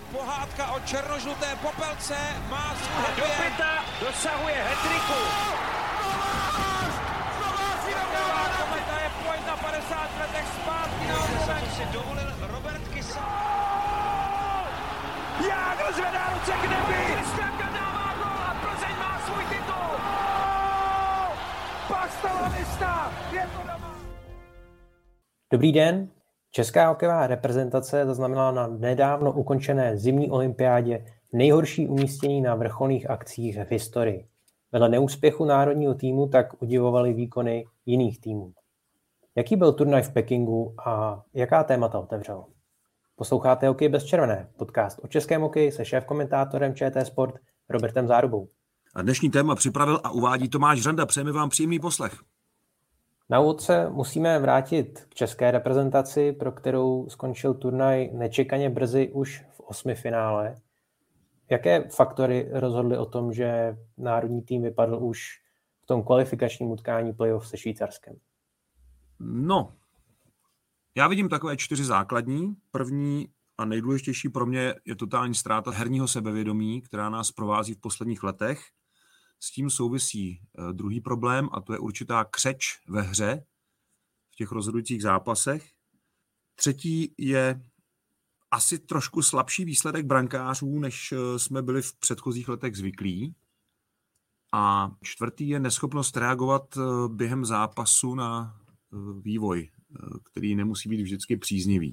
pohádka o černožluté popelce má svůj happy end. Dopita dosahuje hat-tricku. Kometa je pojď na 50 letech zpátky na obloven. To si dovolil Robert Kysa. Jágr zvedá ruce k nebi. Kristianka dává gól a Plzeň má svůj titul. Pastalanista je to doma. Dobrý den. Česká hokejová reprezentace zaznamenala na nedávno ukončené zimní olympiádě nejhorší umístění na vrcholných akcích v historii. Vedle neúspěchu národního týmu tak udivovaly výkony jiných týmů. Jaký byl turnaj v Pekingu a jaká témata otevřel? Posloucháte Hokej bez červené, podcast o českém hokeji se šéfkomentátorem ČT Sport Robertem Zárubou. A dnešní téma připravil a uvádí Tomáš Řanda. Přejeme vám příjemný poslech. Na úvod se musíme vrátit k české reprezentaci, pro kterou skončil turnaj nečekaně brzy už v osmifinále. Jaké faktory rozhodly o tom, že národní tým vypadl už v tom kvalifikačním utkání playoff se Švýcarskem? No, já vidím takové 4 základní. První a nejdůležitější pro mě je totální ztráta herního sebevědomí, která nás provází v posledních letech. S tím souvisí druhý problém a to je určitá křeč ve hře v těch rozhodujících zápasech. Třetí je asi trošku slabší výsledek brankářů, než jsme byli v předchozích letech zvyklí. A čtvrtý je neschopnost reagovat během zápasu na vývoj, který nemusí být vždycky příznivý.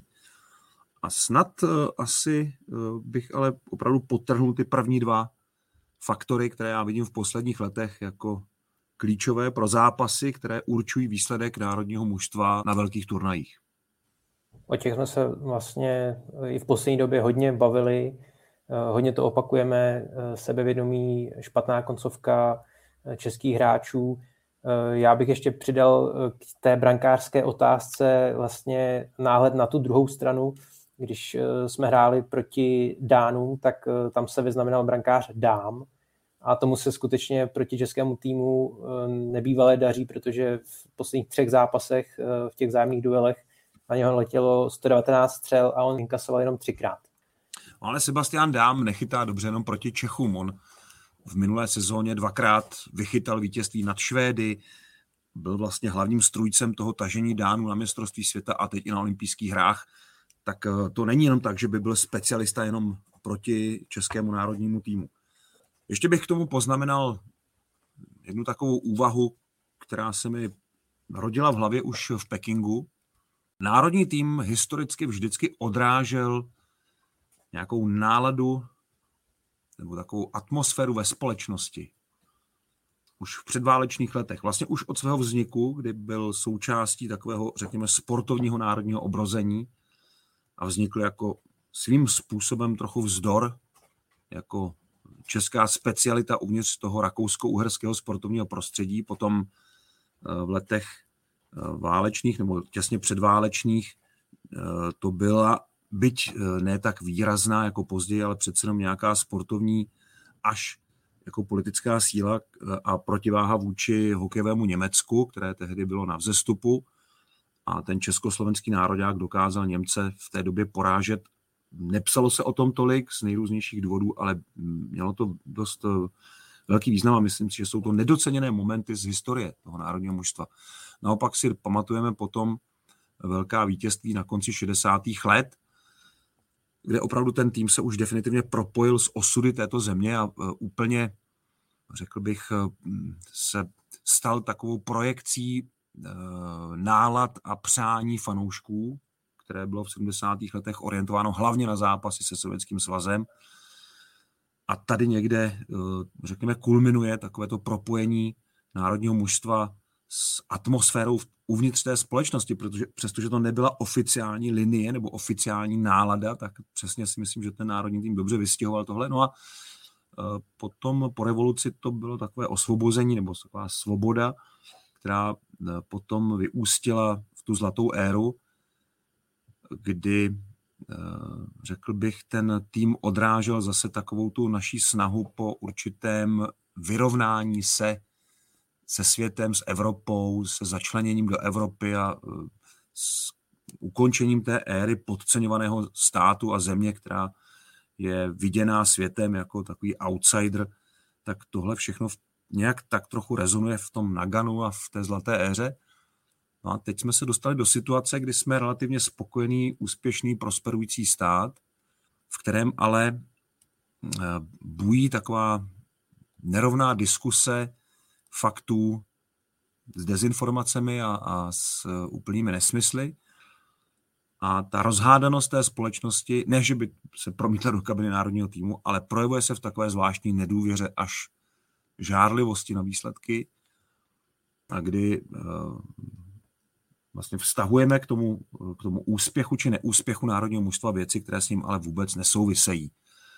A snad asi bych ale opravdu podtrhnul ty první 2 faktory, které já vidím v posledních letech jako klíčové pro zápasy, které určují výsledek národního mužstva na velkých turnajích. O těch jsme se vlastně i v poslední době hodně bavili, hodně to opakujeme, sebevědomí, špatná koncovka českých hráčů. Já bych ještě přidal k té brankářské otázce vlastně náhled na tu druhou stranu. Když jsme hráli proti Dánům, tak tam se vyznamenal brankář Dám a tomu se skutečně proti českému týmu nebývalé daří, protože v posledních 3 zápasech v těch vzájemných duelech na něho letělo 119 střel a on inkasoval jenom 3krát. Ale Sebastian Dám nechytá dobře jenom proti Čechům. On v minulé sezóně 2krát vychytal vítězství nad Švédy, byl vlastně hlavním strůjcem toho tažení Dánů na mistrovství světa a teď i na olympijských hrách. Tak to není jenom tak, že by byl specialista jenom proti českému národnímu týmu. Ještě bych k tomu poznamenal jednu takovou úvahu, která se mi rodila v hlavě už v Pekingu. Národní tým historicky vždycky odrážel nějakou náladu nebo takovou atmosféru ve společnosti. Už v předválečných letech, vlastně už od svého vzniku, kdy byl součástí takového, řekněme, sportovního národního obrození a vznikl jako svým způsobem trochu vzdor, jako česká specialita uvnitř toho rakousko-uherského sportovního prostředí. Potom v letech válečných nebo těsně předválečných to byla, byť ne tak výrazná jako později, ale přece jenom nějaká sportovní až jako politická síla a protiváha vůči hokejovému Německu, které tehdy bylo na vzestupu. A ten československý nároďák dokázal Němce v té době porážet. Nepsalo se o tom tolik z nejrůznějších důvodů, ale mělo to dost velký význam a myslím si, že jsou to nedoceněné momenty z historie toho národního mužstva. Naopak si pamatujeme potom velká vítězství na konci 60. let, kde opravdu ten tým se už definitivně propojil s osudy této země a úplně, řekl bych, se stal takovou projekcí nálad a přání fanoušků, které bylo v 70. letech orientováno hlavně na zápasy se Sovětským svazem. A tady někde, řekněme, kulminuje takovéto propojení národního mužstva s atmosférou uvnitř té společnosti, protože přestože to nebyla oficiální linie nebo oficiální nálada, tak přesně si myslím, že ten národní tým dobře vystihoval tohle. No a potom po revoluci to bylo takové osvobození nebo taková svoboda, která potom vyústila v tu zlatou éru, kdy, řekl bych, ten tým odrážel zase takovou tu naší snahu po určitém vyrovnání se světem, s Evropou, se začleněním do Evropy a s ukončením té éry podceňovaného státu a země, která je viděná světem jako takový outsider, tak tohle všechno nějak tak trochu rezonuje v tom Naganu a v té zlaté éře. No a teď jsme se dostali do situace, kdy jsme relativně spokojený, úspěšný, prosperující stát, v kterém ale bují taková nerovná diskuse faktů s dezinformacemi a s úplnými nesmysly. A ta rozhádanost té společnosti, ne, že by se promítla do kabiny národního týmu, ale projevuje se v takové zvláštní nedůvěře až žárlivosti na výsledky, a kdy vlastně vztahujeme k tomu úspěchu či neúspěchu národního mužstva věci, které s ním ale vůbec nesouvisejí.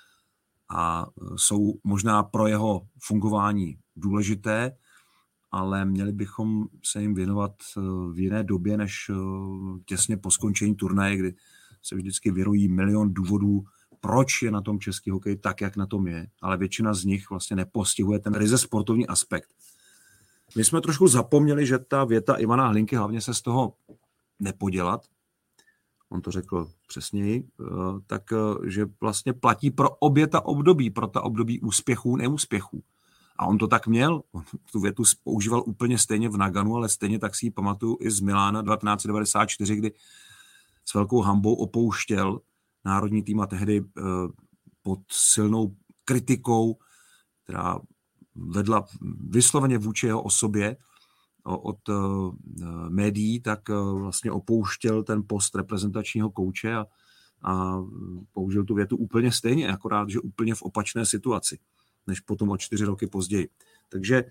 A jsou možná pro jeho fungování důležité, ale měli bychom se jim věnovat v jiné době, než těsně po skončení turnaje, kdy se vždycky vyrojí milion důvodů, proč je na tom český hokej tak, jak na tom je, ale většina z nich vlastně nepostihuje ten ryze sportovní aspekt. My jsme trošku zapomněli, že ta věta Ivana Hlinky, hlavně se z toho nepodělat, on to řekl přesněji, tak že vlastně platí pro obě ta období, pro ta období úspěchů, neúspěchů. A on to tak měl, on tu větu používal úplně stejně v Naganu, ale stejně tak si ji pamatuju i z Milána 1994, kdy s velkou hanbou opouštěl národní tým a tehdy pod silnou kritikou, která vedla vysloveně vůči jeho osobě od médií, tak vlastně opouštěl ten post reprezentačního kouče a použil tu větu úplně stejně, akorát, že úplně v opačné situaci, než potom o 4 roky později. Takže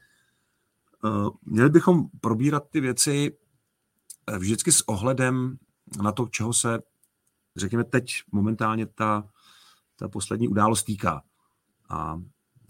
měli bychom probírat ty věci vždycky s ohledem na to, čeho se, řekněme, teď momentálně ta poslední událost týká. A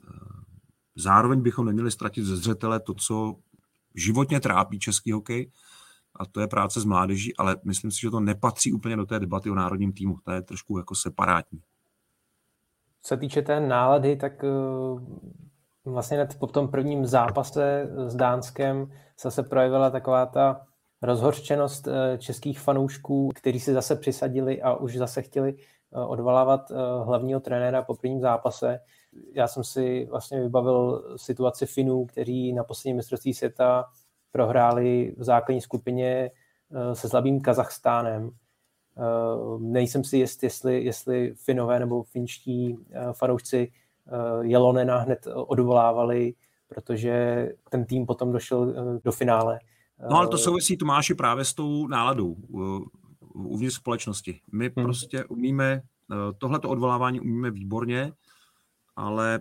zároveň bychom neměli ztratit ze zřetele to, co životně trápí český hokej, a to je práce s mládeží, ale myslím si, že to nepatří úplně do té debaty o národním týmu. To je trošku jako separátní. Co se týče té nálady, tak vlastně hned po tom prvním zápase s Dánskem se projevila taková ta rozhořčenost českých fanoušků, kteří si zase přisadili a už zase chtěli odvolávat hlavního trenéra po prvním zápase. Já jsem si vlastně vybavil situaci Finů, kteří na posledním mistrovství světa prohráli v základní skupině se slabým Kazachstánem. Nejsem si jist, jestli Finové nebo finští fanoušci Jelonena hned odvolávali, protože ten tým potom došel do finále. No ale to souvisí, Tomáši, právě s tou náladou uvnitř společnosti. My prostě umíme, tohleto odvolávání umíme výborně, ale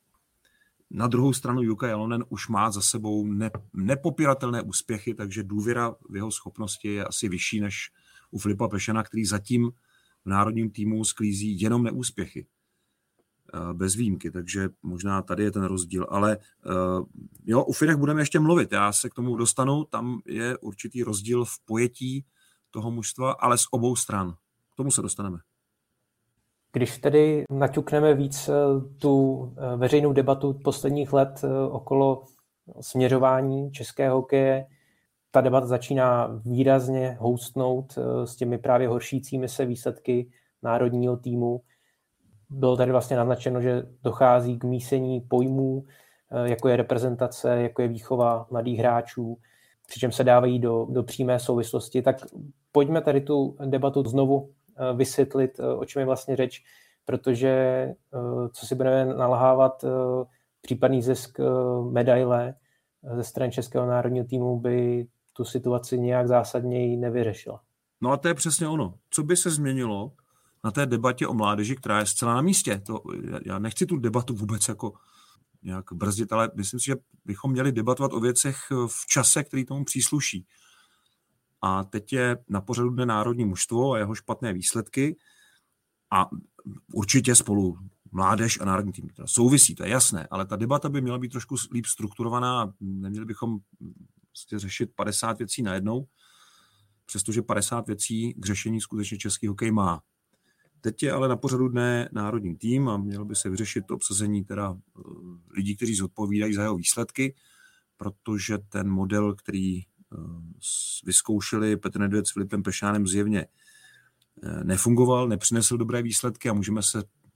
na druhou stranu Jukka Jalonen už má za sebou nepopiratelné úspěchy, takže důvěra v jeho schopnosti je asi vyšší než u Filipa Pešana, který zatím v národním týmu sklízí jenom neúspěchy. Bez výjimky, takže možná tady je ten rozdíl. Ale jo, u Finech budeme ještě mluvit, já se k tomu dostanu, tam je určitý rozdíl v pojetí toho mužstva, ale z obou stran. K tomu se dostaneme. Když tedy naťukneme víc tu veřejnou debatu posledních let okolo směřování českého hokeje, ta debata začíná výrazně houstnout s těmi právě horšícími se výsledky národního týmu. Bylo tady vlastně naznačeno, že dochází k mísení pojmů, jako je reprezentace, jako je výchova mladých hráčů, přičem se dávají do přímé souvislosti. Tak pojďme tady tu debatu znovu vysvětlit, o čem je vlastně řeč, protože co si budeme nalhávat, případný zisk medaile ze strany českého národního týmu by tu situaci nějak zásadněji nevyřešila. No a to je přesně ono. Co by se změnilo na té debatě o mládeži, která je zcela na místě? Já nechci tu debatu vůbec jako nějak brzdit, ale myslím si, že bychom měli debatovat o věcech v čase, který tomu přísluší. A teď je na pořadu dne národní mužstvo a jeho špatné výsledky a určitě spolu mládež a národní tým souvisí, to je jasné, ale ta debata by měla být trošku líp strukturovaná a neměli bychom prostě řešit 50 věcí najednou, přestože 50 věcí k řešení skutečně český hokej má. Teď je ale na pořadu dne národní tým a mělo by se vyřešit obsazení teda lidí, kteří zodpovídají za jeho výsledky, protože ten model, který vyzkoušeli Petr Nedvěd s Filipem Pešánem, zjevně nefungoval, nepřinesl dobré výsledky a můžeme se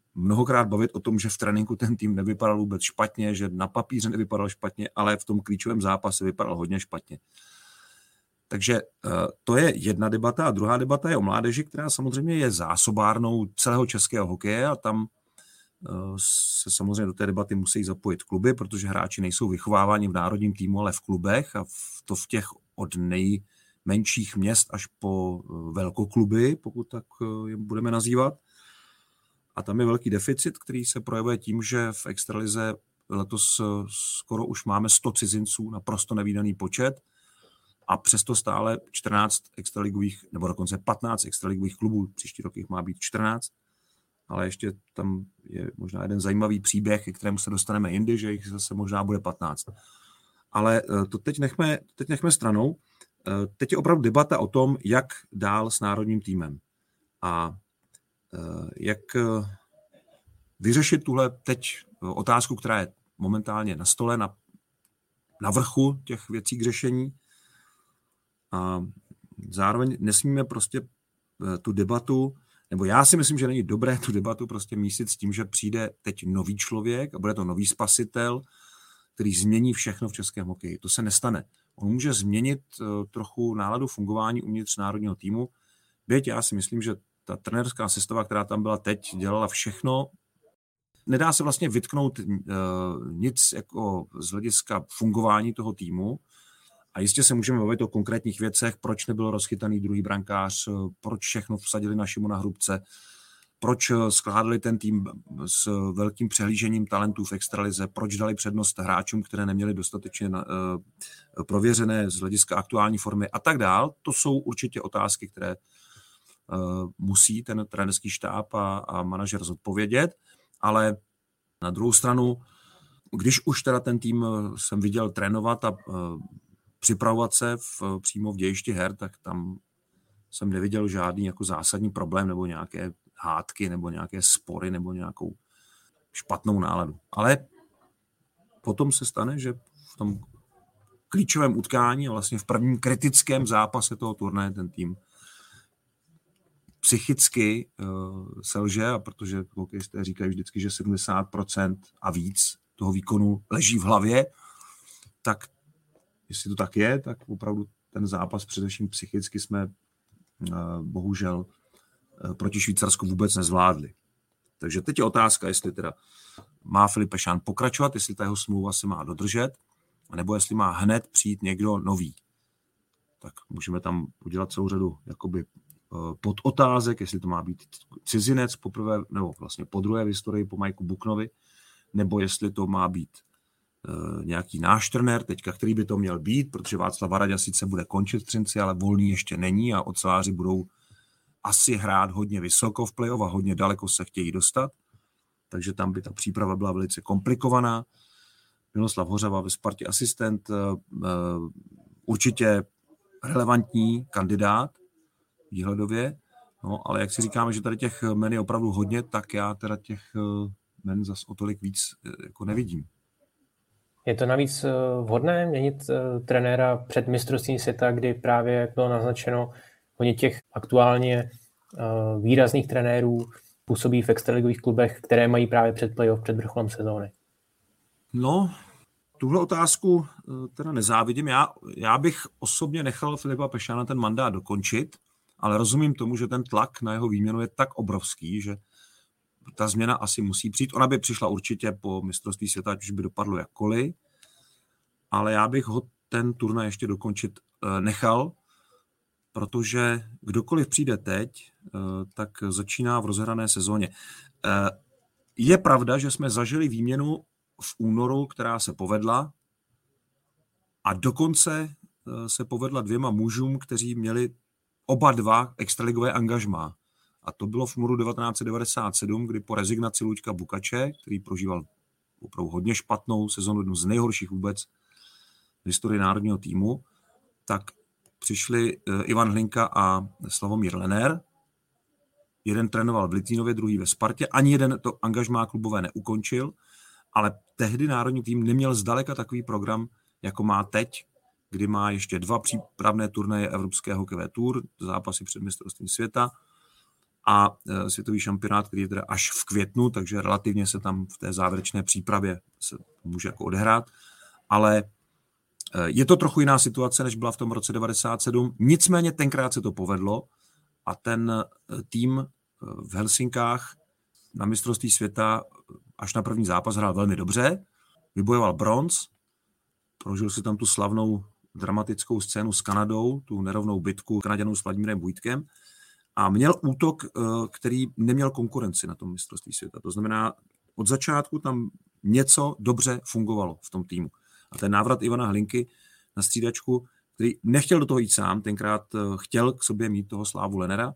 mnohokrát bavit o tom, že v tréninku ten tým nevypadal vůbec špatně, že na papíře nevypadal špatně, ale v tom klíčovém zápase vypadal hodně špatně. Takže to je jedna debata a druhá debata je o mládeži, která samozřejmě je zásobárnou celého českého hokeje a tam se samozřejmě do té debaty musí zapojit kluby, protože hráči nejsou vychováváni v národním týmu, ale v klubech a to v těch od nejmenších měst až po velkokluby, pokud tak je budeme nazývat. A tam je velký deficit, který se projevuje tím, že v extralize letos skoro už máme 100 cizinců, naprosto nevídaný počet, a přesto stále 14 extraligových, nebo dokonce 15 extraligových klubů, příští rok jich má být 14, ale ještě tam je možná jeden zajímavý příběh, ke kterému se dostaneme jindy, že jich zase možná bude 15. Ale to teď nechme stranou. Teď je opravdu debata o tom, jak dál s národním týmem. A jak vyřešit tuhle teď otázku, která je momentálně na stole, na vrchu těch věcí k řešení. A zároveň nesmíme prostě tu debatu, nebo já si myslím, že není dobré tu debatu prostě mísit s tím, že přijde teď nový člověk a bude to nový spasitel, který změní všechno v českém hokeji. To se nestane. On může změnit trochu náladu fungování uvnitř národního týmu. Byť já si myslím, že ta trenérská sestava, která tam byla teď, dělala všechno. Nedá se vlastně vytknout nic jako z hlediska fungování toho týmu. A jistě se můžeme bavit o konkrétních věcech, proč nebyl rozchytaný druhý brankář, proč všechno vsadili na Šimona Hrubce, proč skládali ten tým s velkým přehlížením talentů v extralize, proč dali přednost hráčům, které neměli dostatečně prověřené z hlediska aktuální formy a tak dál. To jsou určitě otázky, které musí ten trenérský štáb a manažer zodpovědět, ale na druhou stranu, když už teda ten tým jsem viděl trénovat a připravovat se přímo v dějišti her, tak tam jsem neviděl žádný jako zásadní problém nebo nějaké hádky nebo nějaké spory nebo nějakou špatnou náladu. Ale potom se stane, že v tom klíčovém utkání a vlastně v prvním kritickém zápase toho turnaje ten tým psychicky selže, a protože hokejisté říkají vždycky, že 70% a víc toho výkonu leží v hlavě, tak jestli to tak je, tak opravdu ten zápas především psychicky jsme bohužel proti Švýcarsku vůbec nezvládli. Takže teď je otázka, jestli teda má Filip Pešán pokračovat, jestli ta jeho smlouva se má dodržet, nebo jestli má hned přijít někdo nový. Tak můžeme tam udělat celou řadu jakoby podotázek, jestli to má být cizinec poprvé, nebo vlastně podruhé v historii po Majku Buknovi, nebo jestli to má být nějaký náš trenér, teďka, který by to měl být, protože Václav Varaďa sice bude končit v Třinci, ale volný ještě není a oceláři budou asi hrát hodně vysoko v play-off a hodně daleko se chtějí dostat, takže tam by ta příprava byla velice komplikovaná. Miloslav Hořava ve Spartě asistent, určitě relevantní kandidát výhledově, no, ale jak si říkáme, že tady těch men je opravdu hodně, tak já teda těch men zas o tolik víc jako nevidím. Je to navíc vhodné měnit trenéra před mistrovstvím světa, kdy právě bylo naznačeno hodně těch aktuálně výrazných trenérů působí v extraligových klubech, které mají právě před playoff, před vrcholem sezóny? No, tuhle otázku teda nezávidím. Já bych osobně nechal Filipa Pešána ten mandát dokončit, ale rozumím tomu, že ten tlak na jeho výměnu je tak obrovský, že ta změna asi musí přijít. Ona by přišla určitě po mistrovství světa, ať už by dopadlo jakkoliv, ale já bych ho ten turnaj ještě dokončit nechal, protože kdokoliv přijde teď, tak začíná v rozehrané sezóně. Je pravda, že jsme zažili výměnu v únoru, která se povedla, a dokonce se povedla 2 mužům, kteří měli oba 2 extraligové angažmá. A to bylo v únoru 1997, kdy po rezignaci Luďka Bukače, který prožíval opravdu hodně špatnou sezonu, jednu z nejhorších vůbec v historii národního týmu, tak přišli Ivan Hlinka a Slavomír Lener. Jeden trénoval v Litvínově, druhý ve Spartě. Ani jeden to angažmá klubové neukončil, ale tehdy národní tým neměl zdaleka takový program, jako má teď, kdy má ještě 2 přípravné turnaje Evropské hokejové tour, zápasy před mistrovstvím světa, a světový šampionát, který je teda až v květnu, takže relativně se tam v té závěrečné přípravě se může jako odehrát, ale je to trochu jiná situace, než byla v tom roce 97, nicméně tenkrát se to povedlo a ten tým v Helsinkách na mistrovství světa až na první zápas hrál velmi dobře, vybojoval bronz, prožil si tam tu slavnou dramatickou scénu s Kanadou, tu nerovnou bitku Kanaďanů s Vladimírem Vujtkem a měl útok, který neměl konkurenci na tom mistrovství světa. To znamená, od začátku tam něco dobře fungovalo v tom týmu. A ten návrat Ivana Hlinky na střídačku, který nechtěl do toho jít sám, tenkrát chtěl k sobě mít toho Slávu Lennera,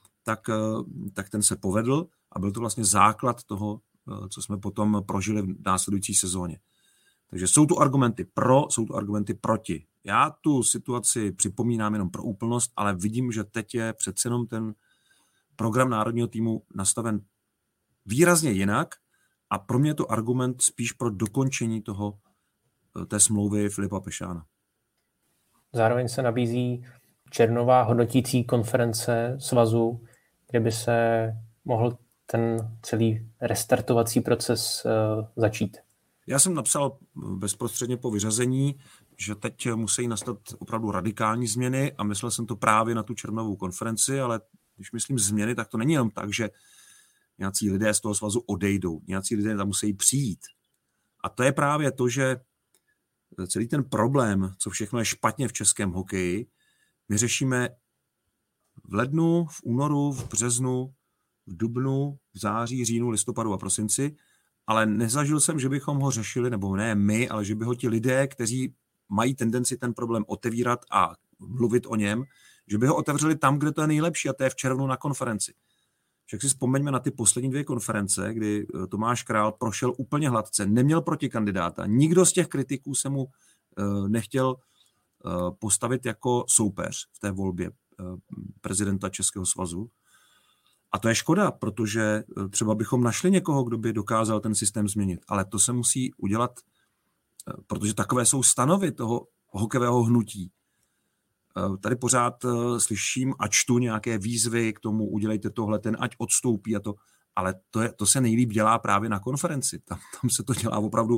tak ten se povedl a byl to vlastně základ toho, co jsme potom prožili v následující sezóně. Takže jsou tu argumenty pro, jsou tu argumenty proti. Já tu situaci připomínám jenom pro úplnost, ale vidím, že teď je přece jenom ten program národního týmu nastaven výrazně jinak a pro mě je to argument spíš pro dokončení té smlouvy Filipa Pešána. Zároveň se nabízí červnová hodnotící konference svazu, kde by se mohl ten celý restartovací proces začít. Já jsem napsal bezprostředně po vyřazení, že teď musí nastat opravdu radikální změny a myslel jsem to právě na tu červnovou konferenci, ale když myslím změny, tak to není jenom tak, že nějací lidé z toho svazu odejdou, nějací lidé tam musí přijít. A to je právě to, že celý ten problém, co všechno je špatně v českém hokeji, my řešíme v lednu, v únoru, v březnu, v dubnu, v září, říjnu, listopadu a prosinci, ale nezažil jsem, že bychom ho řešili, nebo ne my, ale že by ho ti lidé, kteří mají tendenci ten problém otevírat a mluvit o něm, že by ho otevřeli tam, kde to je nejlepší, a to je v červnu na konferenci. Však si vzpomeňme na ty poslední 2 konference, kdy Tomáš Král prošel úplně hladce, neměl protikandidáta, nikdo z těch kritiků se mu nechtěl postavit jako soupeř v té volbě prezidenta Českého svazu. A to je škoda, protože třeba bychom našli někoho, kdo by dokázal ten systém změnit, ale to se musí udělat, protože takové jsou stanovy toho hokejového hnutí. Tady pořád slyším a čtu nějaké výzvy k tomu, udělejte tohle, ten ať odstoupí a to, ale to se nejlíp dělá právě na konferenci. Tam se to dělá opravdu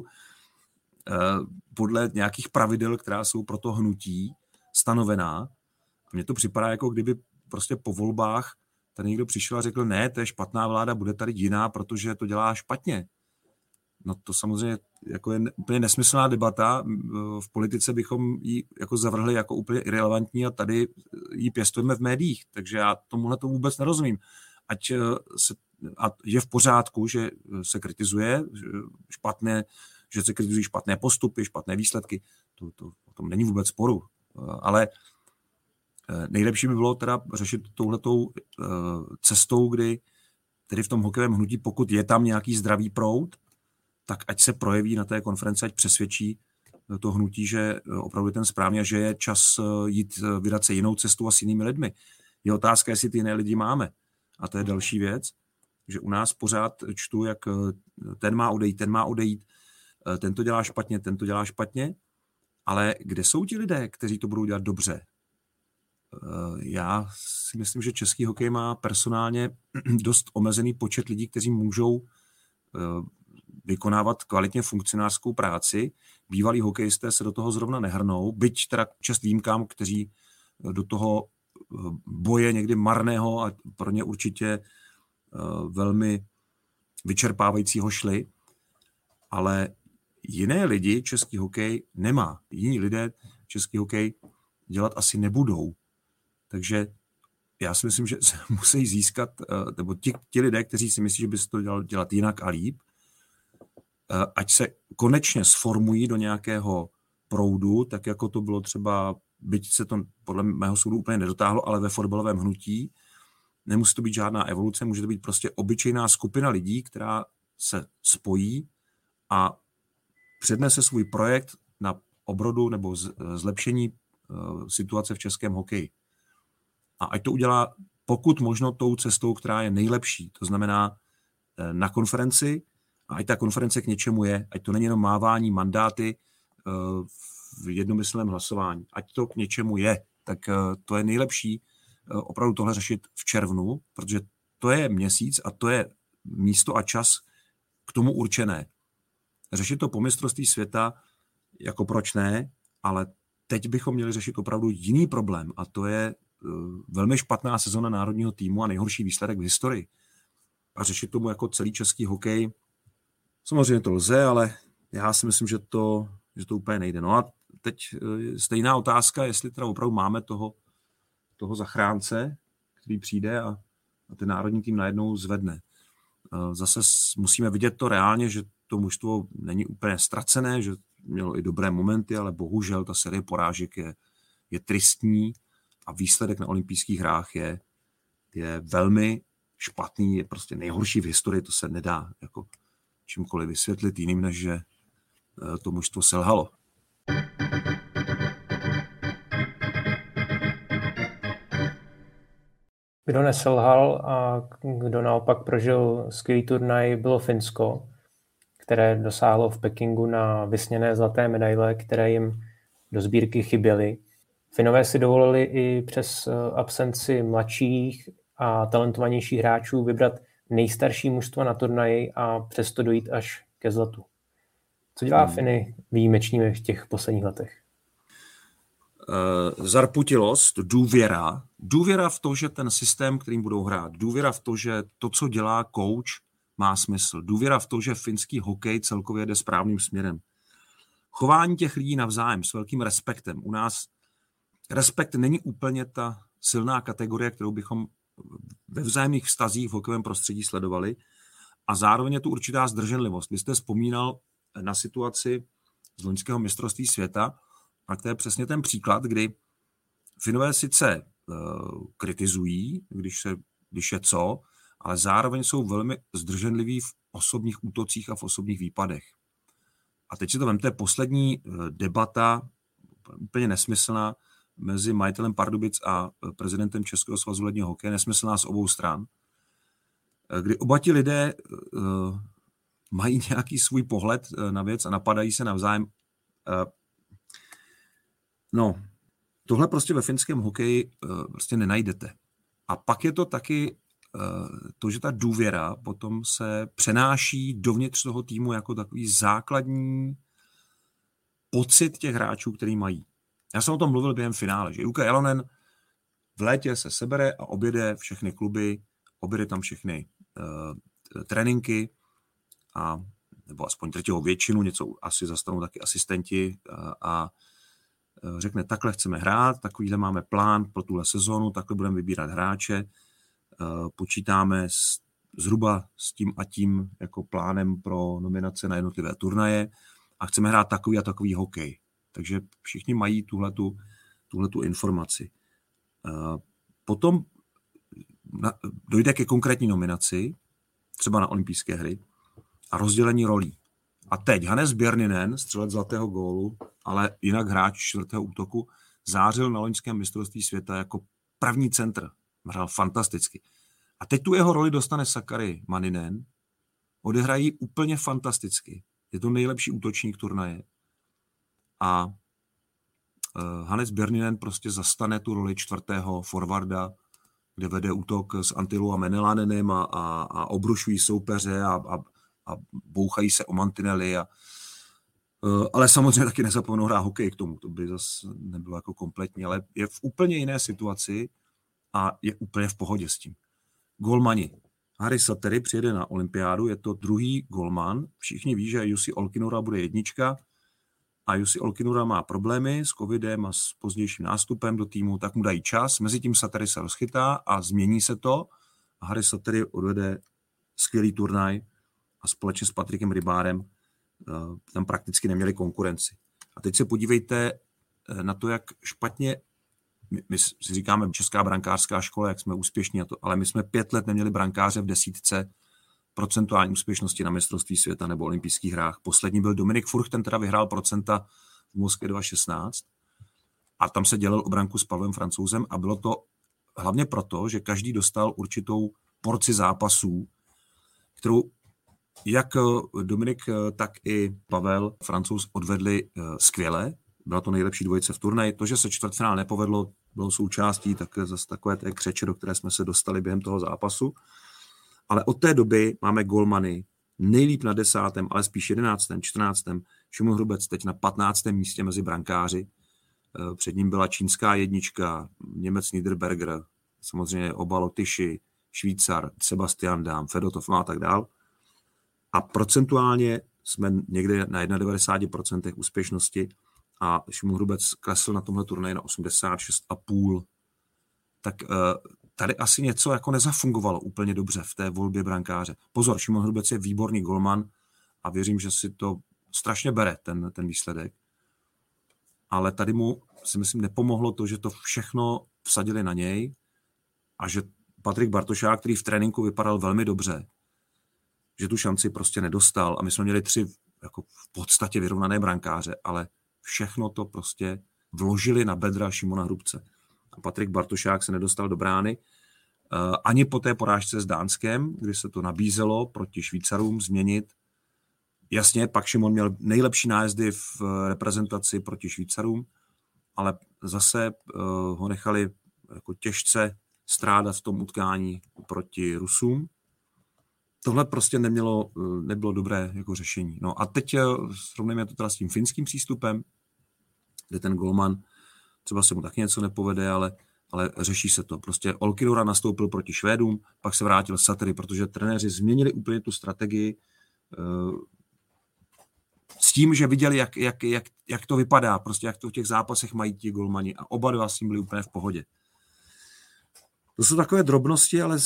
podle nějakých pravidel, která jsou pro to hnutí stanovená. A mně to připadá, jako kdyby prostě po volbách tady někdo přišel a řekl, ne, to je špatná vláda, bude tady jiná, protože to dělá špatně. No to samozřejmě jako je úplně nesmyslná debata. V politice bychom ji jako zavrhli jako úplně irelevantní a tady ji pěstujeme v médiích. Takže já tomuhle to vůbec nerozumím. A je v pořádku, že se kritizuje špatné, že se kritizují špatné postupy, špatné výsledky. To o tom není vůbec sporu. Ale nejlepší by bylo teda řešit touhletou cestou, kdy tedy v tom hokejovém hnutí, pokud je tam nějaký zdravý proud, tak ať se projeví na té konferenci, ať přesvědčí to hnutí, že opravdu je ten správně a že je čas jít vydat se jinou cestou a s jinými lidmi. Je otázka, jestli ty jiné lidi máme. A to je další věc, že u nás pořád čtu, jak ten má odejít, ten to dělá špatně, ale kde jsou ti lidé, kteří to budou dělat dobře? Já si myslím, že český hokej má personálně dost omezený počet lidí, kteří můžou vykonávat kvalitně funkcionářskou práci. Bývalí hokejisté se do toho zrovna nehrnou, byť teda čest výjimkám, kteří do toho boje někdy marného a pro ně určitě velmi vyčerpávajícího šli, ale jiné lidi český hokej nemá. Jiní lidé český hokej dělat asi nebudou. Takže já si myslím, že se musí získat, nebo ti lidé, kteří si myslí, že by se to dělal dělat jinak a líp, ať se konečně sformují do nějakého proudu, tak jako to bylo třeba, byť se to podle mého soudu úplně nedotáhlo, ale ve fotbalovém hnutí. Nemusí to být žádná evoluce, může to být prostě obyčejná skupina lidí, která se spojí a přednese svůj projekt na obrodu nebo zlepšení situace v českém hokeji. A ať to udělá pokud možno tou cestou, která je nejlepší. To znamená na konferenci, a ať ta konference k něčemu je, ať to není jenom mávání mandáty v jednomyslném hlasování. Ať to k něčemu je, tak to je nejlepší opravdu tohle řešit v červnu, protože to je měsíc a to je místo a čas k tomu určené. Řešit to po mistrovství světa, jako proč ne, ale teď bychom měli řešit opravdu jiný problém a to je velmi špatná sezona národního týmu a nejhorší výsledek v historii. A řešit tomu jako celý český hokej, samozřejmě to lze, ale já si myslím, že to úplně nejde. No a teď stejná otázka, jestli teda opravdu máme toho zachránce, který přijde a ten národní tým najednou zvedne. Zase musíme vidět to reálně, že to mužstvo není úplně ztracené, že mělo i dobré momenty, ale bohužel ta série porážek je tristní a výsledek na olympijských hrách je velmi špatný, je prostě nejhorší v historii, to se nedá jako čímkoliv vysvětlit jiným, než že to mužstvo selhalo. Kdo neselhal a kdo naopak prožil skvělý turnaj, bylo Finsko, které dosáhlo v Pekingu na vysněné zlaté medaile, které jim do sbírky chyběly. Finové si dovolili i přes absenci mladších a talentovanějších hráčů vybrat nejstarší mužstvo na turnaji a přesto dojít až ke zlatu. Co dělá Finy výjimečnými v těch posledních letech? Zarputilost, důvěra v to, že ten systém, kterým budou hrát, důvěra v to, že to, co dělá coach, má smysl, důvěra v to, že finský hokej celkově jde správným směrem. Chování těch lidí navzájem s velkým respektem. U nás respekt není úplně ta silná kategorie, kterou bychom ve vzájemných vztazích v hokejovém prostředí sledovali a zároveň je tu určitá zdrženlivost. Vy jste vzpomínal na situaci z loňského mistrovství světa, a to je přesně ten příklad, kdy Finové sice kritizují, když je co, ale zároveň jsou velmi zdrženliví v osobních útocích a v osobních výpadech. A teď si to vemte, poslední debata, úplně nesmyslná, mezi majitelem Pardubic a prezidentem Českého svazu ledního hokeje, nesmyslná z obou stran, kdy oba ti lidé mají nějaký svůj pohled na věc a napadají se navzájem. No, tohle prostě ve finském hokeji prostě nenajdete. A pak je to taky to, že ta důvěra potom se přenáší dovnitř toho týmu jako takový základní pocit těch hráčů, který mají. Já jsem o tom mluvil během finále, že Jukka Jalonen v létě se sebere a objede všechny kluby, objede tam všechny tréninky a nebo aspoň drtivou většinu, něco asi zastanou taky asistenti a řekne, takhle chceme hrát, takovýhle máme plán pro tuhle sezonu, takhle budeme vybírat hráče, počítáme zhruba s tím a tím jako plánem pro nominace na jednotlivé turnaje a chceme hrát takový a takový hokej. Takže všichni mají tuhletu informaci. Potom dojde ke konkrétní nominaci, třeba na olympijské hry, a rozdělení rolí. A teď Hannes Björninen, střelec zlatého gólu, ale jinak hráč čtvrtého útoku, zářil na loňském mistrovství světa jako první centr. Hrál fantasticky. A teď tu jeho roli dostane Sakari Manninen, odehrají úplně fantasticky. Je to nejlepší útočník turnaje. A Hannes Björninen prostě zastane tu roli čtvrtého forwarda, kde vede útok s Antilou a Menelanenem a obrušují soupeře a bouchají se o mantinely. Ale samozřejmě taky nezapomenou hrát hokej k tomu. To by zase nebylo jako kompletní, ale je v úplně jiné situaci a je úplně v pohodě s tím. Golmani. Harry Sattery přijede na olympiádu, je to druhý golman. Všichni ví, že Jussi Olkinuora bude jednička a Jussi Olkinuora má problémy s covidem a s pozdějším nástupem do týmu, tak mu dají čas. Mezitím Sattery se rozchytá a změní se to a Harry Sattery odvede skvělý turnaj a společně s Patrikem Rybárem tam prakticky neměli konkurenci. A teď se podívejte na to, jak špatně, my si říkáme česká brankářská škola, jak jsme úspěšní, ale my jsme 5 let neměli brankáře v 10 procentuální úspěšnosti na mistrovství světa nebo olympijských hrách. Poslední byl Dominik Furch, ten teda vyhrál procenta v Moskvě 2016 a tam se dělil o branku s Pavlem Francouzem a bylo to hlavně proto, že každý dostal určitou porci zápasů, kterou jak Dominik, tak i Pavel Francouz odvedli skvěle. Byla to nejlepší dvojice v turnaji. To, že se čtvrtfinál nepovedlo, bylo součástí také zase takové té křeče, do které jsme se dostali během toho zápasu. Ale od té doby máme golmany nejlíp na 10., ale spíš 11., 14. Šimon Hrubec teď na 15. místě mezi brankáři. Před ním byla čínská jednička, Němec Niederberger, samozřejmě oba Lotyši, Švýcar, Sebastian Dahm, Fedotov a tak dál. A procentuálně jsme někde na 91% úspěšnosti a Šimon Hrubec klesl na tomhle turnaji na 86,5. Tak tady asi něco jako nezafungovalo úplně dobře v té volbě brankáře. Pozor, Šimon Hrubec je výborný golman a věřím, že si to strašně bere, ten výsledek. Ale tady mu, si myslím, nepomohlo to, že to všechno vsadili na něj a že Patrik Bartošák, který v tréninku vypadal velmi dobře, že tu šanci prostě nedostal a my jsme měli 3 jako v podstatě vyrovnané brankáře, ale všechno to prostě vložili na bedra Šimona Hrubce. A Patrik Bartošák se nedostal do brány ani po té porážce s Dánskem, kdy se to nabízelo proti Švýcarům změnit. Jasně, pak Šimon měl nejlepší nájezdy v reprezentaci proti Švýcarům, ale zase ho nechali jako těžce strádat v tom utkání proti Rusům. Tohle prostě nebylo dobré jako řešení. No a teď srovnejme to teda s tím finským přístupem, kde ten golman, třeba se mu taky něco nepovede, ale řeší se to. Prostě Olkinuora nastoupil proti Švédům, pak se vrátil Sattery, protože trenéři změnili úplně tu strategii s tím, že viděli, jak to vypadá, prostě jak to v těch zápasech mají ti golmani a oba dva s tím byli úplně v pohodě. To jsou takové drobnosti, ale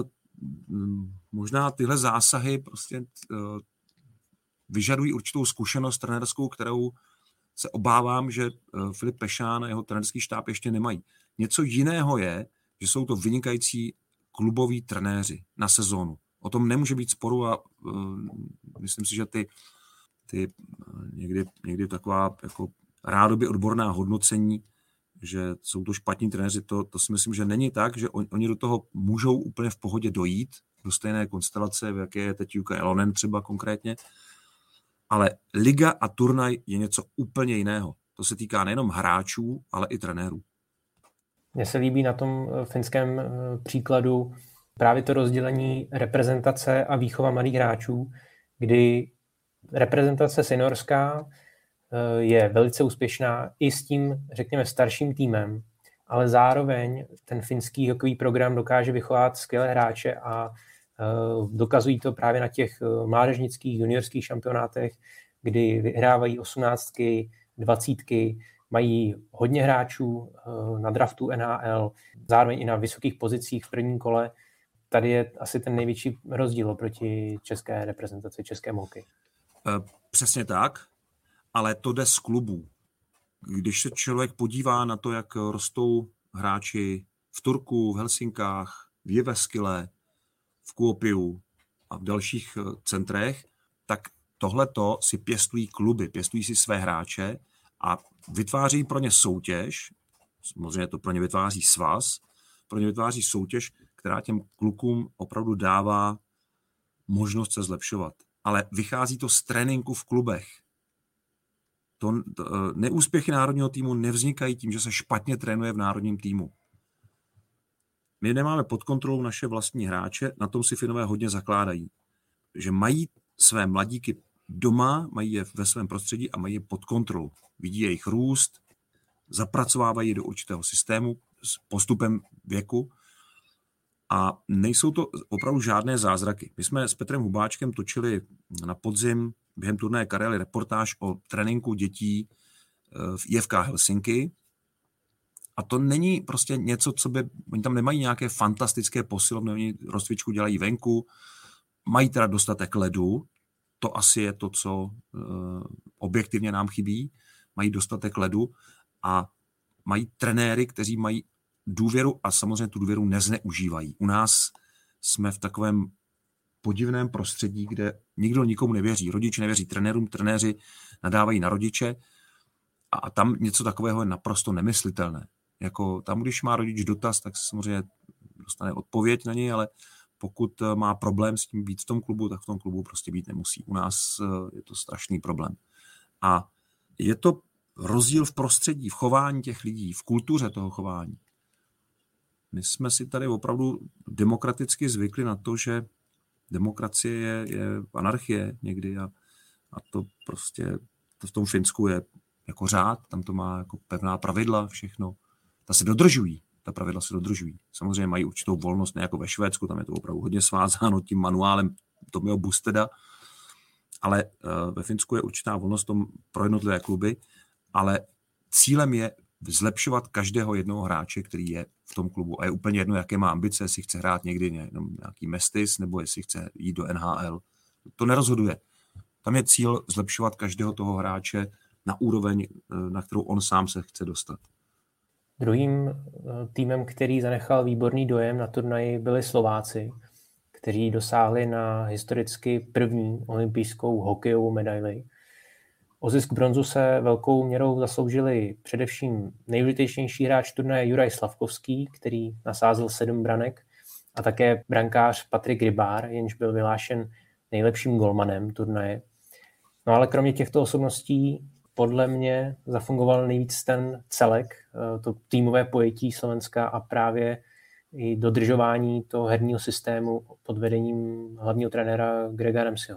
možná tyhle zásahy prostě vyžadují určitou zkušenost trenérskou, kterou se obávám, že Filip Pešán a jeho trenerský štáb ještě nemají. Něco jiného je, že jsou to vynikající kluboví trenéři na sezónu. O tom nemůže být sporu a myslím si, že ty někdy taková jako rádoby odborná hodnocení, že jsou to špatní trenéři, to si myslím, že není tak, že oni do toho můžou úplně v pohodě dojít, do stejné konstelace, v jaké je teď Jukka Elonen třeba konkrétně, ale liga a turnaj je něco úplně jiného. To se týká nejenom hráčů, ale i trenérů. Mně se líbí na tom finském příkladu právě to rozdělení reprezentace a výchova mladých hráčů, kdy reprezentace seniorská je velice úspěšná i s tím, řekněme, starším týmem, ale zároveň ten finský hokejový program dokáže vychovat skvělé hráče a dokazují to právě na těch mládežnických juniorských šampionátech, kdy vyhrávají 18, 20, mají hodně hráčů na draftu NHL, zároveň i na vysokých pozicích v prvním kole. Tady je asi ten největší rozdíl oproti české reprezentaci, českému hokeji. Přesně tak, ale to jde z klubů. Když se člověk podívá na to, jak rostou hráči v Turku, v Helsinkách, v Jyväskylä, v Kuopiu a v dalších centrech, tak tohleto si pěstují kluby, pěstují si své hráče a vytváří pro ně soutěž, samozřejmě to pro ně vytváří svaz, pro ně vytváří soutěž, která těm klukům opravdu dává možnost se zlepšovat. Ale vychází to z tréninku v klubech. Neúspěchy národního týmu nevznikají tím, že se špatně trénuje v národním týmu. My nemáme pod kontrolou naše vlastní hráče, na tom si Finové hodně zakládají. Že mají své mladíky doma, mají je ve svém prostředí a mají je pod kontrolou. Vidí jejich růst, zapracovávají do určitého systému s postupem věku a nejsou to opravdu žádné zázraky. My jsme s Petrem Hubáčkem točili na podzim během turnaje Karely reportáž o tréninku dětí v IFK Helsinki. A to není prostě něco, co by... Oni tam nemají nějaké fantastické posilovny, oni rozcvičku dělají venku, mají teda dostatek ledu, to asi je to, co objektivně nám chybí, mají dostatek ledu a mají trenéry, kteří mají důvěru a samozřejmě tu důvěru nezneužívají. U nás jsme v takovém podivném prostředí, kde nikdo nikomu nevěří. Rodiče nevěří trenérům, trenéři nadávají na rodiče a tam něco takového je naprosto nemyslitelné. Jako tam, když má rodič dotaz, tak se samozřejmě dostane odpověď na něj, ale pokud má problém s tím být v tom klubu, tak v tom klubu prostě být nemusí. U nás je to strašný problém. A je to rozdíl v prostředí, v chování těch lidí, v kultuře toho chování. My jsme si tady opravdu demokraticky zvykli na to, že demokracie je anarchie někdy a to prostě to v tom Finsku je jako řád, tam to má jako pevná pravidla, všechno. Ta pravidla se dodržují. Samozřejmě mají určitou volnost, ne jako ve Švédsku, tam je to opravdu hodně svázáno tím manuálem Tomiho Busteda, ale ve Finsku je určitá volnost pro jednotlivé kluby, ale cílem je zlepšovat každého jednoho hráče, který je v tom klubu. A je úplně jedno, jaké má ambice, jestli chce hrát někdy nějaký Mestis, nebo jestli chce jít do NHL. To nerozhoduje. Tam je cíl zlepšovat každého toho hráče na úroveň, na kterou on sám se chce dostat. Druhým týmem, který zanechal výborný dojem na turnaji, byli Slováci, kteří dosáhli na historicky první olympijskou hokejovou medaili. O zisk bronzu se velkou měrou zasloužili především nejdůležitější hráč turnaje Juraj Slavkovský, který nasázel 7 branek, a také brankář Patrik Rybár, jenž byl vyhlášen nejlepším golmanem turnaje. No ale kromě těchto osobností podle mě zafungoval nejvíc ten celek, to týmové pojetí Slovenska a právě i dodržování toho herního systému pod vedením hlavního trenéra Grega Ramseyho.